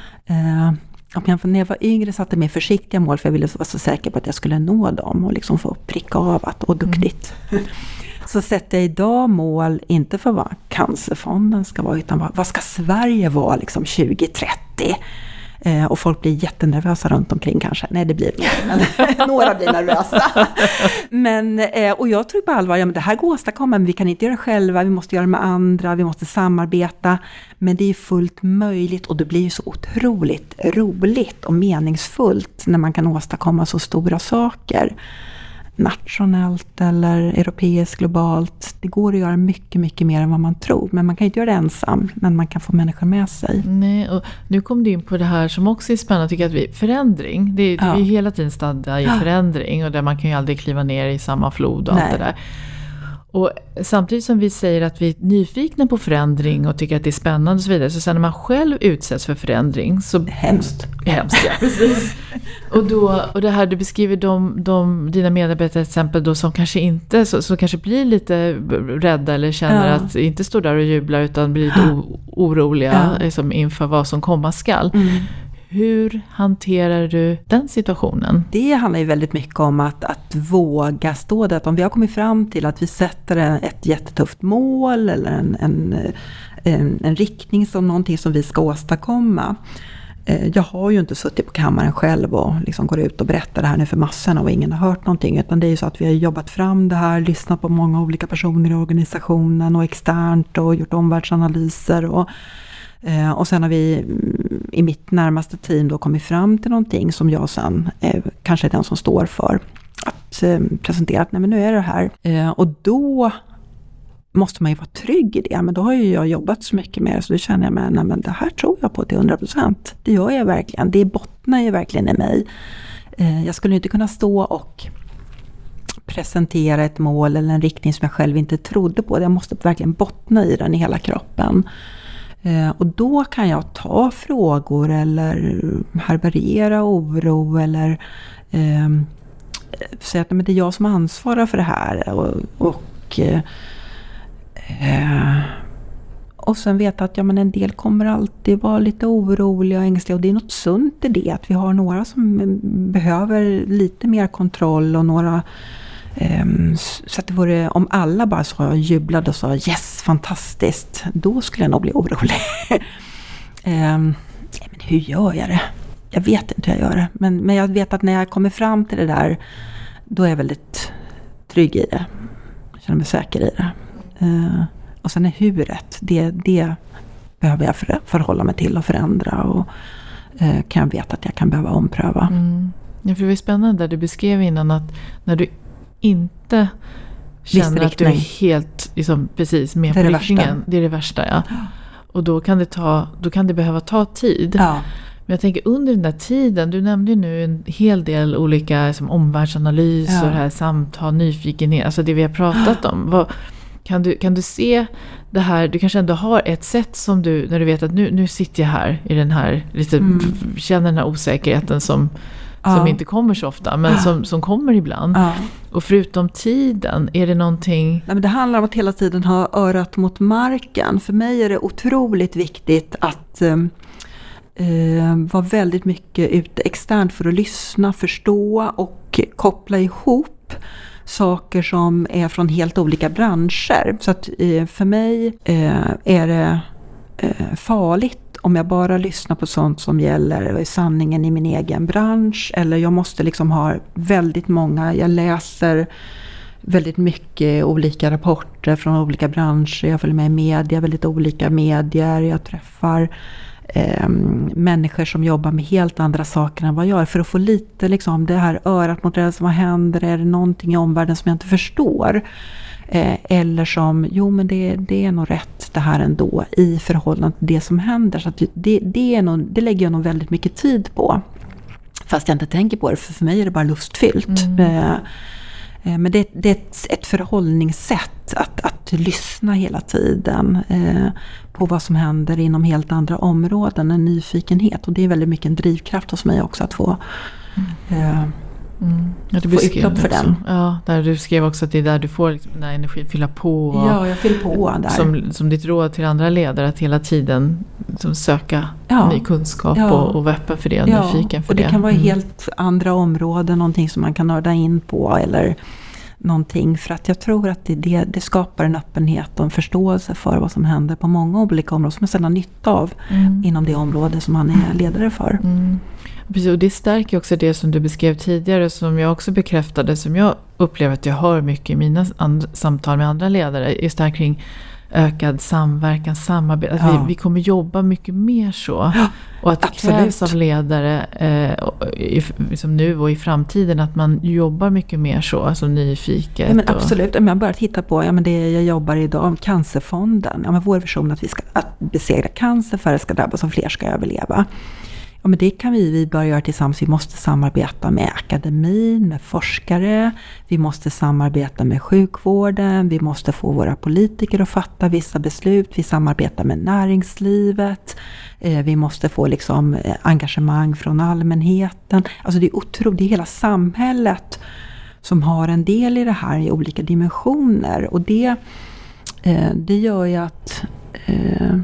eh, om jag, när jag var yngre satte mer försiktiga mål, för jag ville vara så säker på att jag skulle nå dem och liksom få pricka av att, och duktigt. Mm. Så sätter jag idag mål inte för vad Cancerfonden ska vara, utan vad, vad ska Sverige vara liksom tjugo trettio? Eh, och folk blir jättenervösa runt omkring kanske. Nej, det blir det inte. Men några blir nervösa. Men, eh, och jag tror på allvar, ja, men det här går att åstadkomma, men vi kan inte göra det själva. Vi måste göra det med andra, vi måste samarbeta. Men det är fullt möjligt, och det blir ju så otroligt roligt och meningsfullt när man kan åstadkomma så stora saker. Nationellt eller europeiskt, globalt. Det går att göra mycket, mycket mer än vad man tror. Men man kan inte göra det ensam, men man kan få människor med sig. Nej, och nu kom du in på det här som också är spännande, tycker jag, att vi, förändring. Det är, ja. vi är hela tiden stadda i ja. förändring, och där man kan ju aldrig kliva ner i samma flod och Nej. allt det där. Och samtidigt som vi säger att vi är nyfikna på förändring och tycker att det är spännande och så vidare, så sen när man själv utsätts för förändring så... Hemskt. Hemskt, ja, precis. och, då, och det här du beskriver de, de, dina medarbetare till exempel då, som kanske inte, så, så kanske blir lite rädda eller känner ja. att inte står där och jublar utan blir lite o, oroliga ja. liksom, inför vad som komma skall. Mm. Hur hanterar du den situationen? Det handlar ju väldigt mycket om att, att våga stå där. Att om vi har kommit fram till att vi sätter ett jättetufft mål eller en, en, en, en riktning som någonting som vi ska åstadkomma. Jag har ju inte suttit på kammaren själv och liksom går ut och berättar det här nu för massorna och ingen har hört någonting. Utan det är ju så att vi har jobbat fram det här, lyssnat på många olika personer i organisationen och externt och gjort omvärldsanalyser och Och sen har vi i mitt närmaste team då kommit fram till någonting som jag sen eh, kanske är den som står för. Att eh, presentera att nej, men nu är det här. Eh, och då måste man ju vara trygg i det. Men då har ju jag jobbat så mycket med det, så då känner jag mig, nej, men det här tror jag på till hundra procent. Det gör jag verkligen. Det bottnar ju verkligen i mig. Eh, jag skulle inte kunna stå och presentera ett mål eller en riktning som jag själv inte trodde på. Jag måste verkligen bottna i den i hela kroppen. Eh, och då kan jag ta frågor eller härbärgera oro eller eh, säga att men det är jag som ansvarar för det här. Och, och, eh, och sen veta att ja, men en del kommer alltid vara lite oroliga och ängsliga. Och det är något sunt i det. Att vi har några som behöver lite mer kontroll och några... Så att det vore, om alla bara så jublade och sa yes, fantastiskt, då skulle jag nog bli orolig. um, men hur gör jag det? Jag vet inte hur jag gör det. Men, men jag vet att när jag kommer fram till det där, då är jag väldigt trygg i det. Jag känner mig säker i det. Uh, och sen är huret, det, det behöver jag för, förhålla mig till och förändra. Och uh, kan jag veta att jag kan behöva ompröva. Mm. Ja, för det var spännande där du beskrev innan att när du inte känner att du är helt liksom, precis med på riktningen. Det är det värsta, ja. Och då kan det, ta, då kan det behöva ta tid. Ja. Men jag tänker under den där tiden, du nämnde ju nu en hel del olika som omvärldsanalys ja. och det här samtal, nyfikenhet, alltså det vi har pratat om. Vad, kan, du, kan du se det här, du kanske ändå har ett sätt som du, när du vet att nu, nu sitter jag här i den här, lite, mm. känner den här osäkerheten som som ja. inte kommer så ofta, men ja. som, som kommer ibland. Ja. Och förutom tiden, är det någonting... Nej, men det handlar om att hela tiden ha örat mot marken. För mig är det otroligt viktigt att eh, vara väldigt mycket ute externt för att lyssna, förstå och koppla ihop saker som är från helt olika branscher. Så att eh, för mig eh, är det eh, farligt om jag bara lyssnar på sånt som gäller sanningen i min egen bransch, eller jag måste liksom ha väldigt många, jag läser väldigt mycket olika rapporter från olika branscher, jag följer med i media, väldigt olika medier, jag träffar eh, människor som jobbar med helt andra saker än vad jag gör, för att få lite liksom det här örat mot det som händer, är det någonting i omvärlden som jag inte förstår? Eh, eller som, jo men det, det är nog rätt det här ändå i förhållande till det som händer. Så att det, det, är nog, det lägger jag nog väldigt mycket tid på. Fast jag inte tänker på det, för för mig är det bara lustfyllt. Mm. Eh, eh, men det, det är ett, ett förhållningssätt att, att lyssna hela tiden eh, på vad som händer inom helt andra områden. En nyfikenhet, och det är väldigt mycket en drivkraft hos mig också att få... Eh, Mm. Ja, du få utlopp för den. Ja, där du skrev också att det är där du får liksom den där energin fylla på. Och ja, jag fyller på där. Som, som ditt råd till andra ledare att hela tiden liksom söka ja. ny kunskap ja. och, och vara öppen för det och ja. nyfiken för och det. det kan vara mm. helt andra områden, någonting som man kan nörda in på eller någonting. För att jag tror att det, det, det skapar en öppenhet och en förståelse för vad som händer på många olika områden som man sedan har nytta av mm. inom det område som man är ledare för. Mm. Precis, och det stärker också det som du beskrev tidigare, som jag också bekräftade, som jag upplever att jag hör mycket i mina and- samtal med andra ledare, just det här kring ökad samverkan, samarbete. Att ja. vi, vi kommer jobba mycket mer så. Ja, och att det absolut. krävs av ledare eh, i, liksom nu och i framtiden att man jobbar mycket mer så, alltså nyfiket. Ja, men och... absolut, om jag börjar titta på ja, men det jag jobbar idag, Cancerfonden. Ja, men vår vision att vi ska att besegra cancer, färre ska drabbas och fler ska överleva. Ja, men det kan vi, vi börja göra tillsammans. Vi måste samarbeta med akademin, med forskare. Vi måste samarbeta med sjukvården. Vi måste få våra politiker att fatta vissa beslut. Vi samarbetar med näringslivet. Eh, vi måste få liksom, eh, engagemang från allmänheten. Alltså det är otroligt, det är hela samhället som har en del i det här i olika dimensioner. Och det, eh, det gör ju att eh,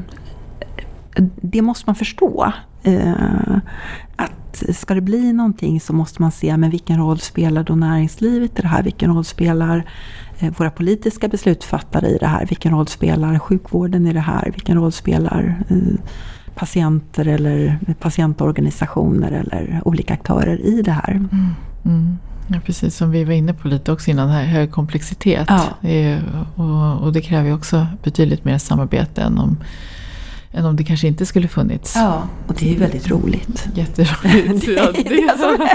det måste man förstå. Uh, att ska det bli någonting så måste man se men vilken roll spelar då näringslivet i det här, vilken roll spelar uh, våra politiska beslutsfattare i det här, vilken roll spelar sjukvården i det här, vilken roll spelar uh, patienter eller patientorganisationer eller olika aktörer i det här. Mm. Mm. Ja, precis som vi var inne på lite också innan, här hög komplexitet ja. uh, och, och det kräver ju också betydligt mer samarbete än om än om det kanske inte skulle funnits. Ja, och det är väldigt roligt. Jätteroligt. Ja, det är så.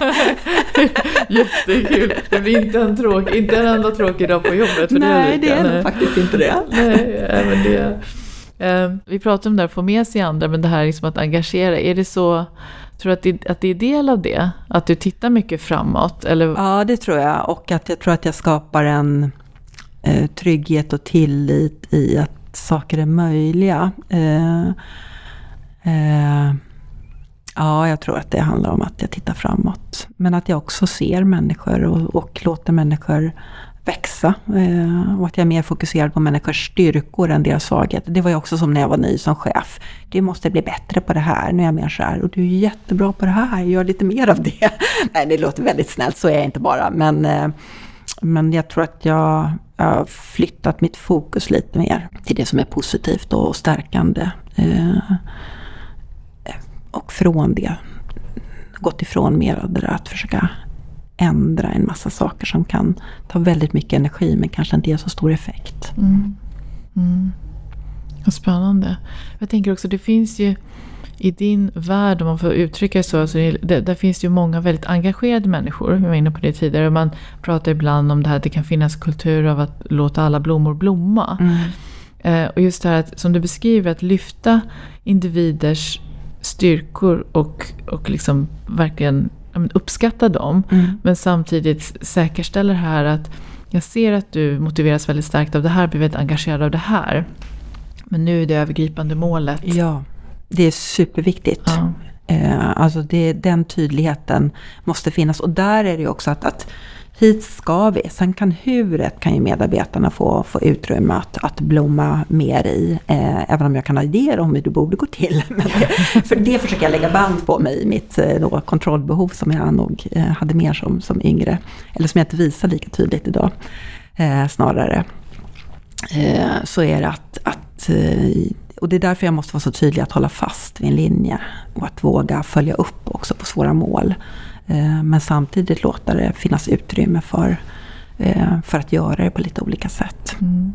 Jättekul. Det blir inte en, tråk, inte en enda tråkig dag på jobbet. För Nej, det är, det är nej. faktiskt inte det. Nej, men det eh, vi pratar om det här att få med sig andra, men det här liksom att engagera, är det så Tror du att det, att det är del av det? Att du tittar mycket framåt? Eller? Ja, det tror jag. Och att jag tror att jag skapar en eh, trygghet och tillit i att saker är möjliga. Eh, eh, ja, jag tror att det handlar om att jag tittar framåt. Men att jag också ser människor och, och låter människor växa. Eh, och att jag är mer fokuserad på människors styrkor än deras svaghet. Det var ju också som när jag var ny som chef. Du måste bli bättre på det här. Nu är jag mer så här. Och du är jättebra på det här. Gör lite mer av det. Nej, det låter väldigt snällt. Så är jag inte bara. Men, eh, men jag tror att jag har flyttat mitt fokus lite mer till det som är positivt och stärkande. Eh, och från det gått ifrån mer av det där att försöka ändra en massa saker som kan ta väldigt mycket energi men kanske inte ge så stor effekt. Mm. Mm. Vad spännande. Jag tänker också, det finns ju i din värld, om man får uttrycka det så, alltså det, där finns ju många väldigt engagerade människor. Vi var inne på det tidigare. Och man pratar ibland om det här att det kan finnas kultur av att låta alla blommor blomma. Mm. Eh, och just det här att, som du beskriver, att lyfta individers styrkor och, och liksom verkligen uppskatta dem. Mm. Men samtidigt säkerställer här att jag ser att du motiveras väldigt starkt av det här, blir väldigt engagerad av det här. Men nu är det övergripande målet. Ja, det är superviktigt. Ja. Eh, alltså det, den tydligheten måste finnas. Och där är det ju också att, att hit ska vi. Sen kan huret kan ju medarbetarna få, få utrymme att, att blomma mer i. Eh, även om jag kan ha idéer om hur det borde gå till. Men det, för det försöker jag lägga band på mig i mitt då, kontrollbehov som jag nog eh, hade mer som, som yngre. Eller som jag inte visar lika tydligt idag. Eh, snarare. Eh, så är det att... att eh, och det är därför jag måste vara så tydlig att hålla fast vid en linje. Och att våga följa upp också på svåra mål. Men samtidigt låta det finnas utrymme för, för att göra det på lite olika sätt. Mm.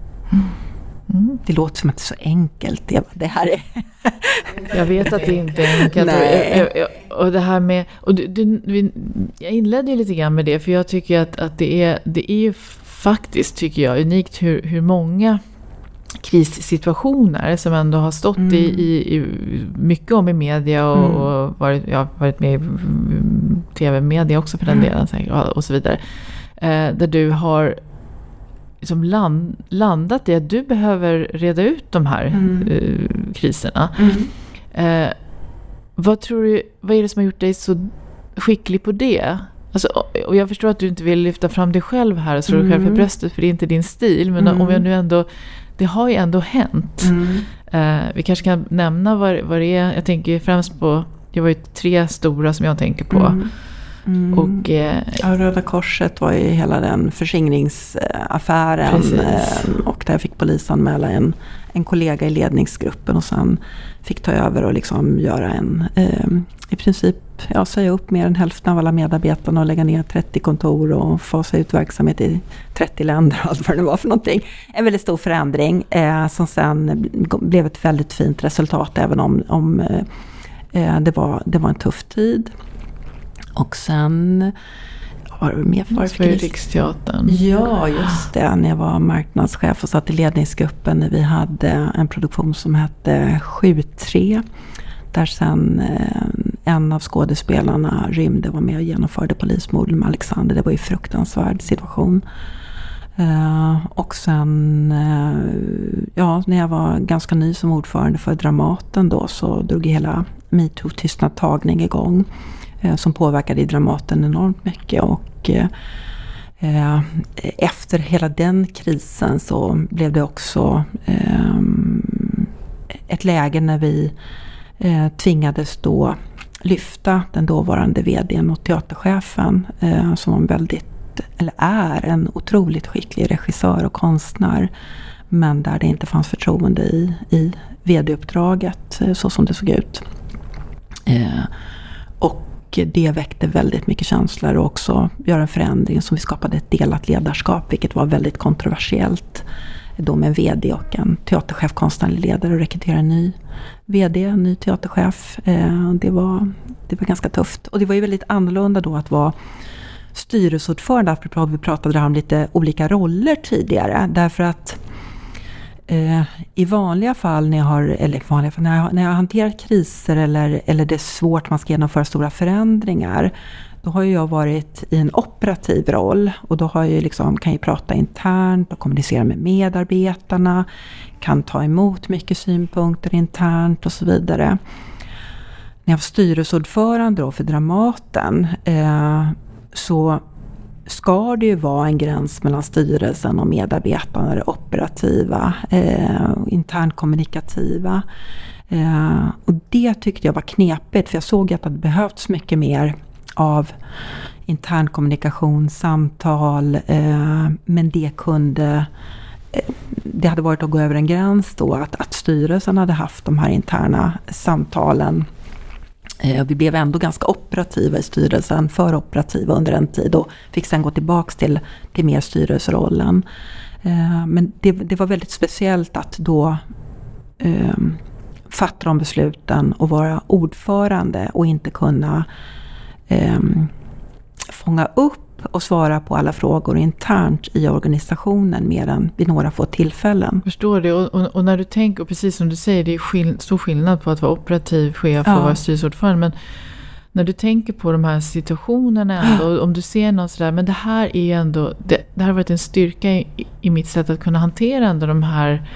Mm. Det låter som att det är så enkelt. Eva. Det här är... Jag vet att det inte är enkelt. Nej. Och, och, och det här med... Och du, du, jag inledde ju lite grann med det. För jag tycker att, att det, är, det är ju faktiskt, tycker jag, unikt hur, hur många krissituationer som ändå har stått mm. i, i, i mycket om i media och, mm. och varit, ja, varit med i tv-media också för den delen och så vidare. Eh, där du har liksom land, landat i att du behöver reda ut de här mm. eh, kriserna. Mm. Eh, vad tror du, vad är det som har gjort dig så skicklig på det? Alltså, och jag förstår att du inte vill lyfta fram dig själv här och slå dig mm. själv för bröstet, för det är inte din stil. Men mm. om jag nu ändå, det har ju ändå hänt. Mm. Eh, vi kanske kan nämna vad, vad det är. Jag tänker främst på, det var ju tre stora som jag tänker på. Mm. Mm. Och, eh, ja, Röda Korset var ju hela den förskingringsaffären. Eh, och där fick polisanmäla en, en kollega i ledningsgruppen och sen fick ta över och liksom göra en, eh, i princip ja, säga upp mer än hälften av alla medarbetarna och lägga ner trettio kontor och fasa ut verksamhet i trettio länder och allt vad det var för någonting. En väldigt stor förändring eh, som sen blev ett väldigt fint resultat även om, om eh, det, var, det var en tuff tid. Och sen var det mer för, för Riksteatern. Ja, just det. När jag var marknadschef och satt i ledningsgruppen när vi hade en produktion som hette sju tre. Där sen eh, en av skådespelarna rymde och var med och genomförde polismord med Alexander. Det var ju en fruktansvärd situation. Uh, och sen uh, ja, när jag var ganska ny som ordförande för Dramaten då så drog hela MeToo-tystnadtagning igång. Som påverkade i Dramaten enormt mycket och eh, efter hela den krisen så blev det också eh, ett läge när vi eh, tvingades då lyfta den dåvarande vdn och teaterchefen eh, som var väldigt, eller är en otroligt skicklig regissör och konstnär, men där det inte fanns förtroende i, i vd-uppdraget eh, så som det såg ut. Eh, och det väckte väldigt mycket känslor och också göra en förändring som vi skapade ett delat ledarskap, vilket var väldigt kontroversiellt. Då med en vd och en teaterchef, konstnärlig ledare och rekrytera en ny vd, en ny teaterchef. Det var, det var ganska tufft. Och det var ju väldigt annorlunda då att vara styrelseordförande. Vi pratade om lite olika roller tidigare. Därför att Eh, I vanliga fall när jag har, eller vanliga fall, när jag, när jag har hanterat kriser eller, eller det är svårt man ska genomföra stora förändringar, då har jag varit i en operativ roll och då har jag liksom, kan jag prata internt och kommunicera med medarbetarna, kan ta emot mycket synpunkter internt och så vidare. När jag var styrelseordförande då för Dramaten eh, så ska det ju vara en gräns mellan styrelsen och medarbetarna, det operativa, eh, internt kommunikativa. Eh, och det tyckte jag var knepigt, för jag såg att det hade behövts mycket mer av intern kommunikation, samtal, eh, men det kunde, eh, det hade varit att gå över en gräns då, att, att styrelsen hade haft de här interna samtalen. Eh, vi blev ändå ganska operativa i styrelsen, för operativa under en tid och fick sen gå tillbaka till, till mer styrelserollen. Eh, men det, det var väldigt speciellt att då eh, fatta de besluten och vara ordförande och inte kunna eh, fånga upp och svara på alla frågor internt i organisationen mer än vid några få tillfällen. Jag förstår det. Och, och, och när du tänker, och precis som du säger, det är skill- stor skillnad på att vara operativ chef ja. och vara styrelseordförande. Men när du tänker på de här situationerna ändå, om du ser något sådär, men det här är ju ändå, det, det här har varit en styrka i, i mitt sätt att kunna hantera ändå de här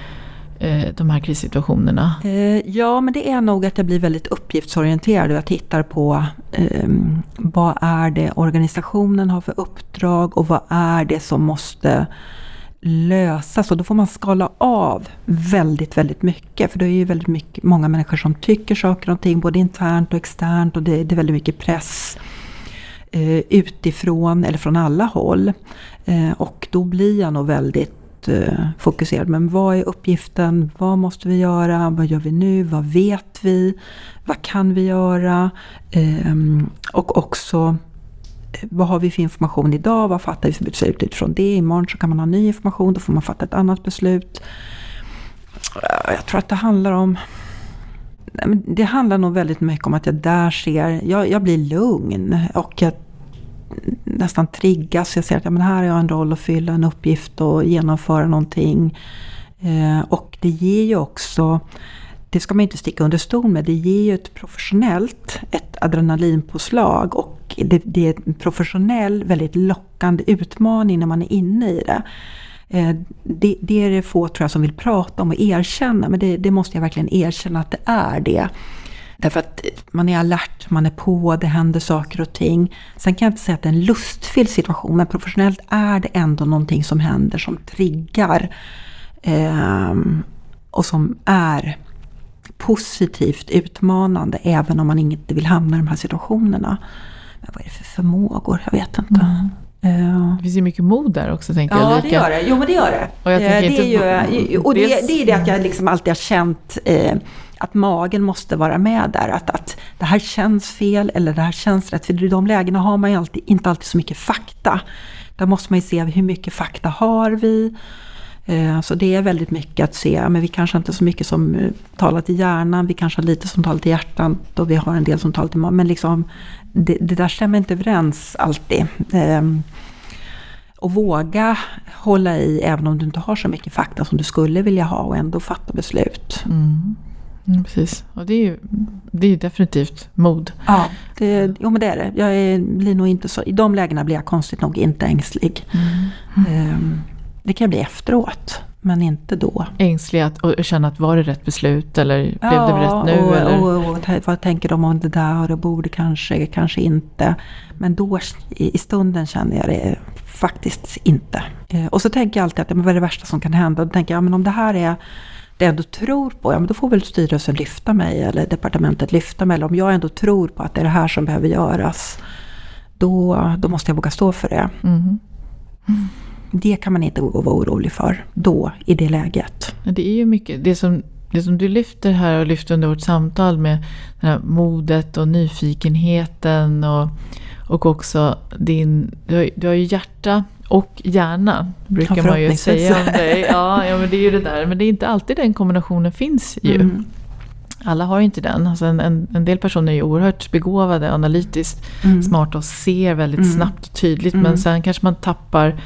de här krissituationerna? Ja, men det är nog att jag blir väldigt uppgiftsorienterad och jag tittar på eh, vad är det organisationen har för uppdrag och vad är det som måste lösas, och då får man skala av väldigt, väldigt mycket, för det är ju väldigt mycket, många människor som tycker saker och ting, både internt och externt, och det, det är väldigt mycket press eh, utifrån eller från alla håll, eh, och då blir jag nog väldigt fokuserad. Men vad är uppgiften? Vad måste vi göra? Vad gör vi nu? Vad vet vi? Vad kan vi göra? Ehm, och också vad har vi för information idag? Vad fattar vi för beslut utifrån det? Imorgon så kan man ha ny information. Då får man fatta ett annat beslut. Jag tror att det handlar om det handlar nog väldigt mycket om att jag där ser jag, jag blir lugn och jag nästan triggas. Jag ser att ja, men här har jag en roll att fylla, en uppgift och genomföra någonting. Eh, och det ger ju också, det ska man inte sticka under stol med, det ger ju ett professionellt, ett adrenalinpåslag, och det, det är en professionell, väldigt lockande utmaning när man är inne i det. Eh, det, det är det få, tror jag, som vill prata om och erkänna, men det, det måste jag verkligen erkänna att det är det. Därför att man är alert, man är på, det händer saker och ting. Sen kan jag inte säga att det är en lustfylld situation, men professionellt är det ändå någonting som händer, som triggar eh, och som är positivt utmanande, även om man inte vill hamna i de här situationerna. Men vad är det för förmågor? Jag vet inte. Mm. Uh. Det finns ju mycket mod där också, tänker ja, jag. Ja, det gör det. Jo, men det gör det. Och, jag det, det inte, är ju, och det, det är det att jag liksom alltid har känt eh, att magen måste vara med där. Att, att det här känns fel eller det här känns rätt. För i de lägena har man ju alltid, inte alltid så mycket fakta. Där måste man ju se hur mycket fakta har vi. Eh, så det är väldigt mycket att se. Men vi kanske inte så mycket som eh, talar till hjärnan. Vi kanske har lite som talar till hjärtan. Och vi har en del som talar till magen. Men liksom, det, det där stämmer inte överens alltid. Eh, och våga hålla i även om du inte har så mycket fakta som du skulle vilja ha, och ändå fatta beslut. Mm. Mm, precis. Och det är ju det är ju definitivt mod. Ja, det, jo, men det är det. Jag är, blir nog inte så, i de lägena blir jag konstigt nog inte ängslig. Mm. Mm. Det kan jag bli efteråt, men inte då. Ängslig att och känna att var det rätt beslut, eller blev ja, det rätt nu? Och, eller? Och, och, och vad tänker de om det där, och borde kanske, kanske inte. Men då i, i stunden känner jag det faktiskt inte. Eh, och så tänker jag alltid att ja, men vad är det värsta som kan hända? Då tänker jag, ja, men om det här är det jag ändå tror på, ja, men då får väl styrelsen lyfta mig, eller departementet lyfta mig. Eller om jag ändå tror på att det är det här som behöver göras, då, då måste jag våga stå för det. Mm. Mm. Det kan man inte gå och vara orolig för då, i det läget. Det är ju mycket, det som, det som du lyfter här och lyfter under vårt samtal med det här modet och nyfikenheten och, och också din, du har, du har ju hjärta och hjärna, brukar ja, man ju säga om dig. Ja, ja, men det är ju det där. Men det är inte alltid den kombinationen finns ju. Mm. Alla har ju inte den. Alltså en, en, en del personer är ju oerhört begåvade, analytiskt mm. smarta och ser väldigt mm. snabbt och tydligt. Mm. Men sen kanske man tappar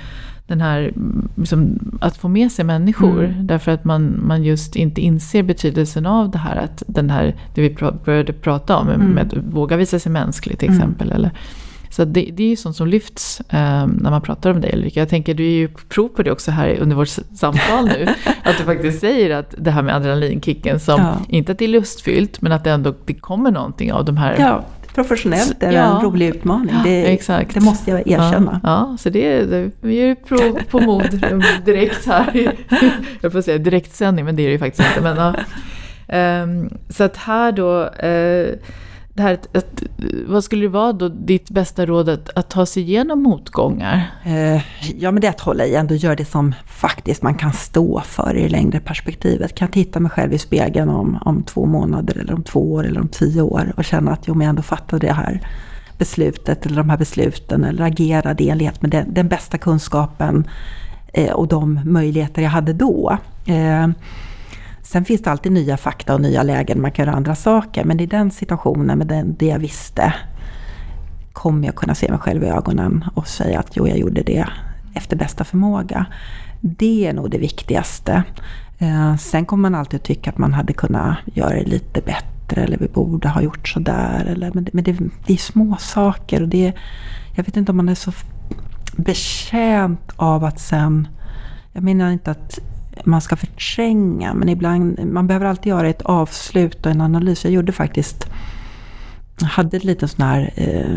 den här liksom, att få med sig människor. Mm. Därför att man, man just inte inser betydelsen av det här. Att den här, det vi pr- började prata om, mm. med att våga visa sig mänsklig till exempel. Mm. Eller, så det, det är ju sånt som lyfts eh, när man pratar om dig, Ulrika. Jag tänker, du är ju prov på det också här under vårt samtal nu. Att du faktiskt säger att det här med adrenalinkicken som, ja. inte att det är lustfyllt, men att det ändå det kommer någonting av de här... Ja, professionellt är det ja. en rolig utmaning. Det, Exakt. det måste jag erkänna. Ja, ja så det, det vi gör ju prov på mod direkt här. Jag får säga direktsändning, men det är det ju faktiskt inte. Men, ja. um, så att här då... Uh, Det här, att, vad skulle det vara då ditt bästa råd att, att ta sig igenom motgångar? Eh, ja, men det är att hålla igen och göra det som faktiskt man kan stå för i det längre perspektivet. Kan titta mig själv i spegeln om, om två månader eller om två år eller om tio år och känna att jo, men jag ändå fattade det här beslutet eller de här besluten eller agerade i enlighet med den, den bästa kunskapen eh, och de möjligheter jag hade då. Eh, Sen finns det alltid nya fakta och nya lägen. Man kan göra andra saker. Men i den situationen med den, det jag visste kommer jag kunna se mig själv i ögonen och säga att jo, jag gjorde det efter bästa förmåga. Det är nog det viktigaste. Eh, sen kommer man alltid att tycka att man hade kunnat göra det lite bättre. Eller vi borde ha gjort så där. Eller, men men det, det är små saker. Och det, jag vet inte om man är så betjänt av att sen... Jag menar inte att... man ska förtränga, men ibland man behöver alltid göra ett avslut och en analys. Jag gjorde faktiskt jag hade en liten sån här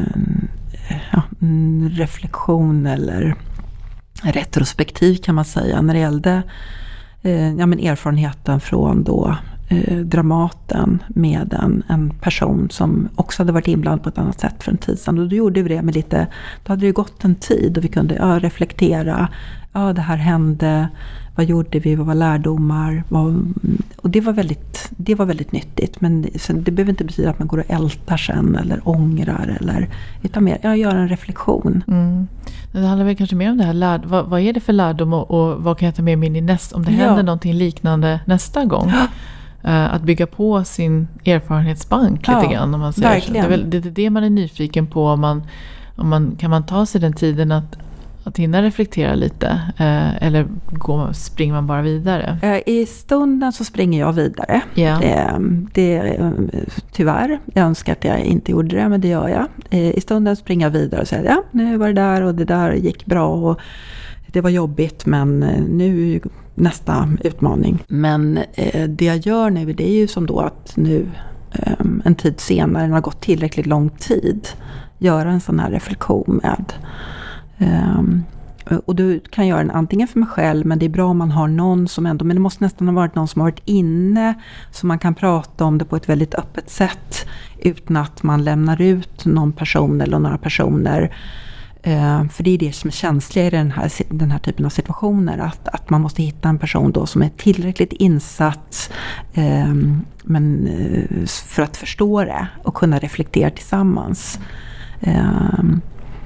eh, ja, reflektion eller retrospektiv kan man säga när det gällde eh, ja, men erfarenheten från då eh, Dramaten med en, en person som också hade varit inblandad på ett annat sätt för en tid sedan. Och då gjorde vi det med lite, då hade det gått en tid och vi kunde ja, reflektera. Ja, det här hände. Vad gjorde vi? Vad var lärdomar? Vad, och det var väldigt, det var väldigt nyttigt. Men sen, det behöver inte betyda att man går och ältar sen eller ångrar. Eller, utan mer, jag gör en reflektion. Mm. Det handlar väl kanske mer om det här. Lärd, vad, vad är det för lärdom och, och vad kan jag ta med mig in i nästa? Om det ja. händer någonting liknande nästa gång. Ja. Uh, att bygga på sin erfarenhetsbank ja, lite grann. Om man säger så. Det är väl det, är det man är nyfiken på. Om man, om man, kan man ta sig den tiden att Att hinna reflektera lite eh, eller går, springer man bara vidare? I stunden så springer jag vidare. Yeah. Eh, det, tyvärr, jag önskar att jag inte gjorde det, men det gör jag. Eh, I stunden springer jag vidare och säger ja, nu var det där och det där gick bra och det var jobbigt, men nu nästa utmaning. Men eh, det jag gör nu, det är ju som då att nu eh, en tid senare, när det har gått tillräckligt lång tid, göra en sån här reflektion med Um, och du kan göra den antingen för mig själv, men det är bra om man har någon som ändå, men det måste nästan ha varit någon som har varit inne så man kan prata om det på ett väldigt öppet sätt utan att man lämnar ut någon person eller några personer. Uh, för det är det som är känsligt i den här, den här typen av situationer, att, att man måste hitta en person då som är tillräckligt insatt um, men, uh, för att förstå det och kunna reflektera tillsammans. Um,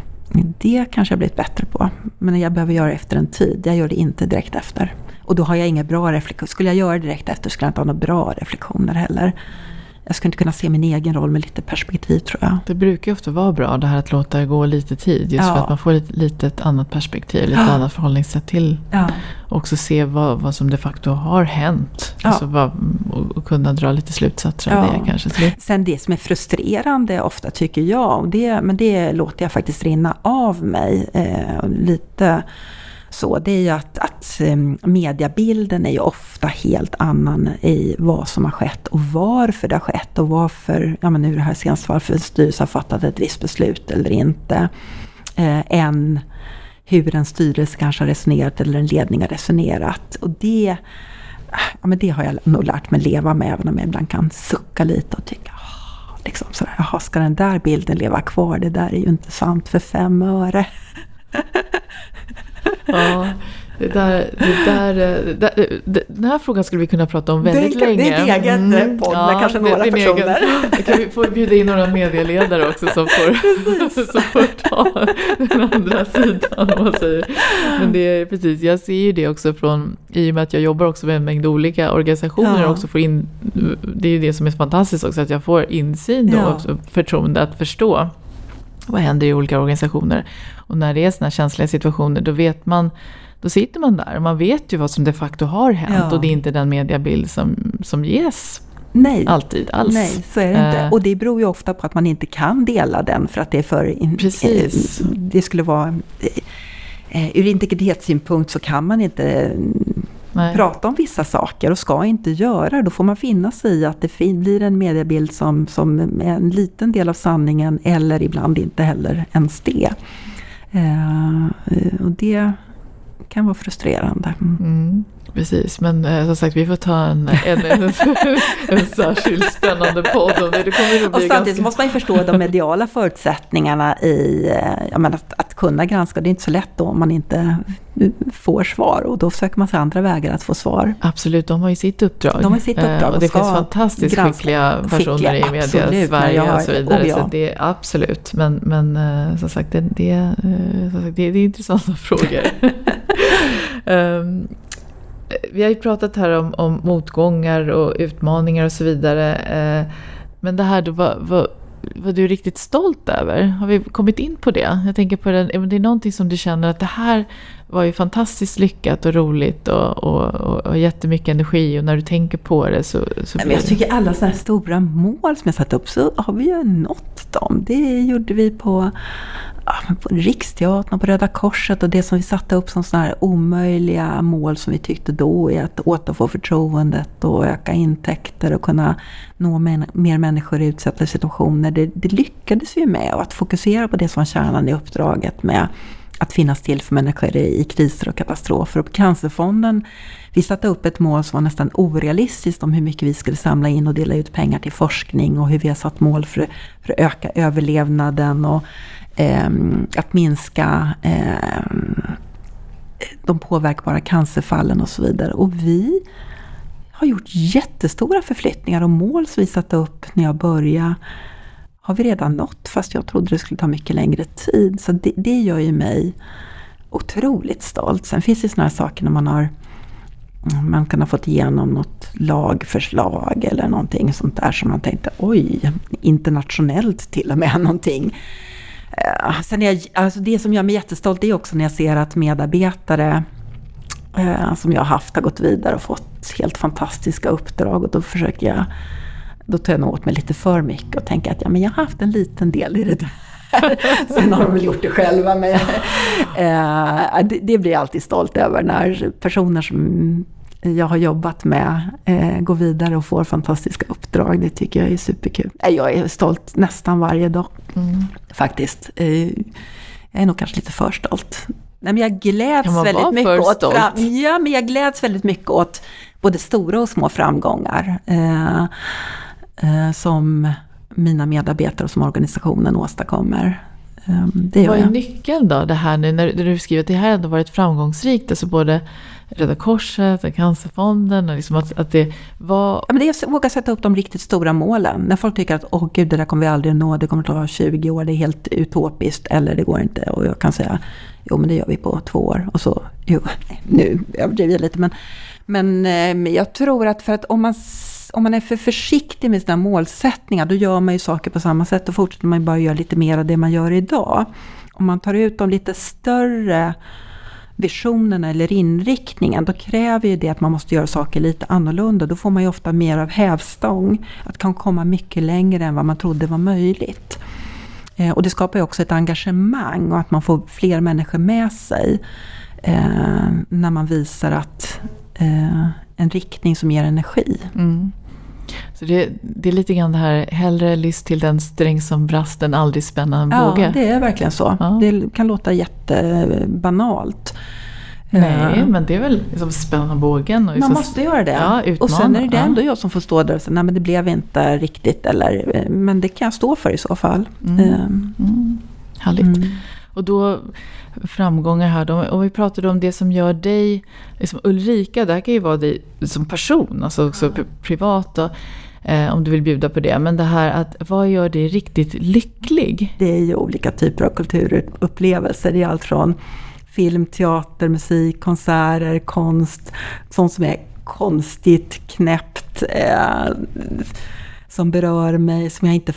Det kanske jag blivit bättre på. Men jag behöver göra det efter en tid. Jag gör det inte direkt efter. Och då har jag inga bra reflektioner. Skulle jag göra det direkt efter skulle jag inte ha några bra reflektioner heller. Jag skulle inte kunna se min egen roll med lite perspektiv, tror jag. Det brukar ju ofta vara bra det här att låta det gå lite tid. Just ja. för att man får lite, lite ett annat perspektiv. Lite ja. annat förhållningssätt till. Ja. Och också se vad, vad som de facto har hänt. Ja. Alltså vad, och, och kunna dra lite slutsatser av ja. det kanske. Så det... Sen det som är frustrerande ofta tycker jag. Och det, men det låter jag faktiskt rinna av mig eh, lite... Så det är ju att, att mediebilden är ju ofta helt annan i vad som har skett och varför det har skett och varför, ja men nu det här senaste varför en styrelse har fattat ett visst beslut eller inte, eh, än hur en styrelse kanske har resonerat eller en ledning har resonerat. Och det, ja men det har jag nog lärt mig leva med, även om jag ibland kan sucka lite och tycka, oh, liksom sådär, jaha, ska den där bilden leva kvar? Det där är ju inte sant för fem öre. Ja, det där, det där, det där, den här frågan skulle vi kunna prata om väldigt det, länge. Det är en egen mm. podd med ja, kanske några det, personer. Egen, kan vi få bjuda in några medieledare också som får, som får ta den andra sidan. Om man säger. Men det är precis, jag ser ju det också från, i och med att jag jobbar också med en mängd olika organisationer ja. och också får in, det är ju det som är fantastiskt också, att jag får insyn då ja. också, förtroende att förstå Vad händer i olika organisationer? Och när det är såna här känsliga situationer, då vet man, då sitter man där och man vet ju vad som de facto har hänt. Ja. Och det är inte den mediebild som, som ges. Nej. Alltid, alls. Nej, så är det inte. Uh, och det beror ju ofta på att man inte kan dela den för att det är för... In, precis. Eh, det skulle vara... Eh, ur integritetssynpunkt så kan man inte Nej. prata om vissa saker och ska inte göra. Då får man finna sig i att det fin- blir en mediebild som, som är en liten del av sanningen eller ibland inte heller ens det. Eh, och det kan vara frustrerande. Mm. Precis, men eh, som sagt vi får ta en, en, en, en särskild spännande podd om det. Det kommer att bli och samtidigt ganska... måste man ju förstå de mediala förutsättningarna i jag menar, att, att kunna granska. Det är inte så lätt då om man inte får svar och då söker man sig andra vägar att få svar. Absolut, de har ju sitt uppdrag. De har sitt uppdrag och, och det finns fantastiskt granska. skickliga personer skickliga, i media i Sverige har, och så vidare. Och ja. Så det är absolut, men, men som sagt det, det, som sagt, det, det är intressanta frågor. um, Vi har ju pratat här om, om motgångar och utmaningar och så vidare. Eh, men det här då, var, var, var du riktigt stolt över? Har vi kommit in på det? Jag tänker på den, det är någonting som du känner att det här var ju fantastiskt lyckat och roligt och, och, och, och jättemycket energi och när du tänker på det så... så men jag tycker alla sådana här stora mål som jag satt upp så har vi ju nått dem. Det gjorde vi på... på Riksteatern och på Röda Korset och det som vi satte upp som sådana här omöjliga mål som vi tyckte då är att återfå förtroendet och öka intäkter och kunna nå men- mer människor i utsatta situationer. Det, det lyckades vi med och att fokusera på det som var kärnan i uppdraget med att finnas till för människor i, i kriser och katastrofer. Och på Cancerfonden, vi satte upp ett mål som var nästan orealistiskt om hur mycket vi skulle samla in och dela ut pengar till forskning och hur vi har satt mål för, för att öka överlevnaden och att minska eh, de påverkbara cancerfallen och så vidare. Och vi har gjort jättestora förflyttningar och mål som vi satte upp när jag började har vi redan nått fast jag trodde det skulle ta mycket längre tid. Så det, det gör ju mig otroligt stolt. Sen finns det såna här saker när man har man kan ha fått igenom något lagförslag eller någonting sånt där som man tänkte oj, internationellt till och med någonting. Sen är jag, alltså det som gör mig jättestolt är också när jag ser att medarbetare eh, som jag har haft har gått vidare och fått helt fantastiska uppdrag och då försöker jag då tar jag nog åt mig lite för mycket och tänker att ja, men jag har haft en liten del i det där. Sen har de väl gjort det själva men eh, det, det blir jag alltid stolt över när personer som jag har jobbat med eh, går vidare och får fantastiska uppdrag. Det tycker jag är superkul. Jag är stolt nästan varje dag. Mm. Faktiskt. Eh, jag är nog kanske lite för stolt. Nej, men jag gläds väldigt mycket åt fram, ja, men jag gläds väldigt mycket åt både stora och små framgångar eh, eh, som mina medarbetare och som organisationen åstadkommer. Eh, det Vad är jag. nyckeln då det här nu när du skriver att det här ändå varit framgångsrikt, alltså både Röda Korset och Cancerfonden och liksom att, att det var... Ja, men det är att våga sätta upp de riktigt stora målen. När folk tycker att åh gud, det där kommer vi aldrig nå, det kommer att ta tjugo år, det är helt utopiskt eller det går inte. Och jag kan säga, jo men det gör vi på två år. Och så, jo, nu överdriver jag lite. Men, men eh, jag tror att för att om man, om man är för försiktig med sina målsättningar, då gör man ju saker på samma sätt och fortsätter man bara göra lite mer av det man gör idag. Om man tar ut de lite större visionerna eller inriktningen, då kräver ju det att man måste göra saker lite annorlunda. Då får man ju ofta mer av hävstång. Att kan komma mycket längre än vad man trodde var möjligt. Eh, och det skapar ju också ett engagemang och att man får fler människor med sig eh, när man visar att eh, en riktning som ger energi. Mm. Så det, det är lite grann det här, hellre lyss till den sträng som brast än aldrig spänna en båge. Ja, det är verkligen så. Ja. Det kan låta jättebanalt. Nej, uh, men det är väl liksom spänna bågen. Och man måste göra det. Ja, utmana. Och sen är det ja. ändå jag som får stå där och säga, nej men det blev inte riktigt. Eller, men det kan jag stå för i så fall. Mm. Uh, mm. Härligt. Mm. Och då framgångar här då, och vi pratade om det som gör dig liksom Ulrika, det här kan ju vara dig som person, alltså också privat och, eh, om du vill bjuda på det, men det här att vad gör dig riktigt lycklig? Det är ju olika typer av kulturupplevelser, det är allt från film, teater, musik, konserter, konst, sånt som är konstigt, knäppt, eh, som berör mig, som jag inte fattar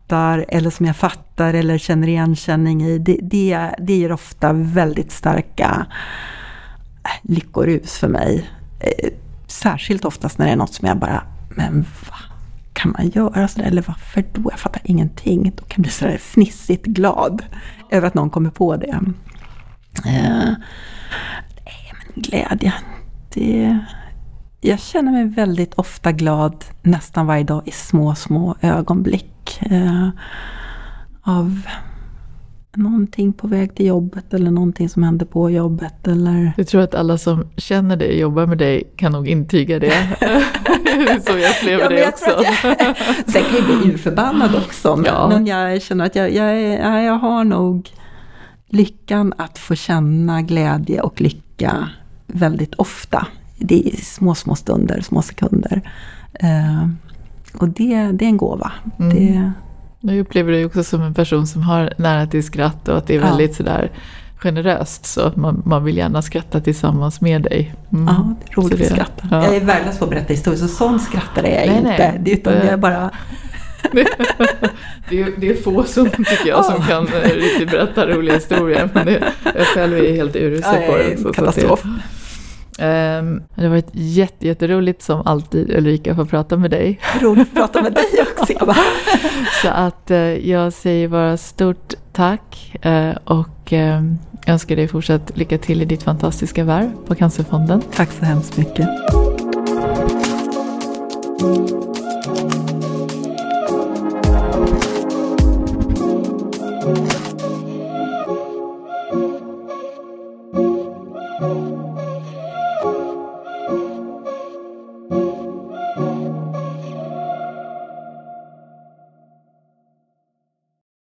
uppskattar eller som jag fattar eller känner igenkänning i, det, det, det ger ofta väldigt starka lyckorus för mig. Särskilt oftast när det är något som jag bara, men vad kan man göra sådär? Eller varför då? Jag fattar ingenting. Då kan jag bli sådär fnissigt glad över att någon kommer på det. Eh, men glädje, det... Jag känner mig väldigt ofta glad nästan varje dag i små, små ögonblick eh, av någonting på väg till jobbet eller någonting som händer på jobbet. Eller... Jag tror att alla som känner dig och jobbar med dig kan nog intyga det. Så jag upplever ja, det jag också. Jag, sen kan jag bli urförbannad också, men, ja. men jag känner att jag, jag, jag, jag har nog lyckan att få känna glädje och lycka väldigt ofta. Det är små, små stunder, små sekunder. Uh, och det, det är en gåva. Mm. Det... Jag upplever dig också som en person som har nära till skratt och att det är väldigt ja. sådär generöst. Så att man, man vill gärna skratta tillsammans med dig. Mm. Ja, det är roligt att skratta. Ja. Jag är värdelös på att berätta historier, så sån skrattar jag nej, inte. Nej. Det, utan det är bara... det, är, det är få som tycker jag som kan riktigt berätta roliga historier. Men det, jag själv är helt urusel på det. Så katastrof. Så Um, det har varit jätte, jätteroligt som alltid, Ulrika, att få prata med dig. Roligt att prata med dig också, Eva. Så att uh, jag säger bara stort tack uh, och uh, önskar dig fortsatt lycka till i ditt fantastiska värv på Cancerfonden. Tack så hemskt mycket.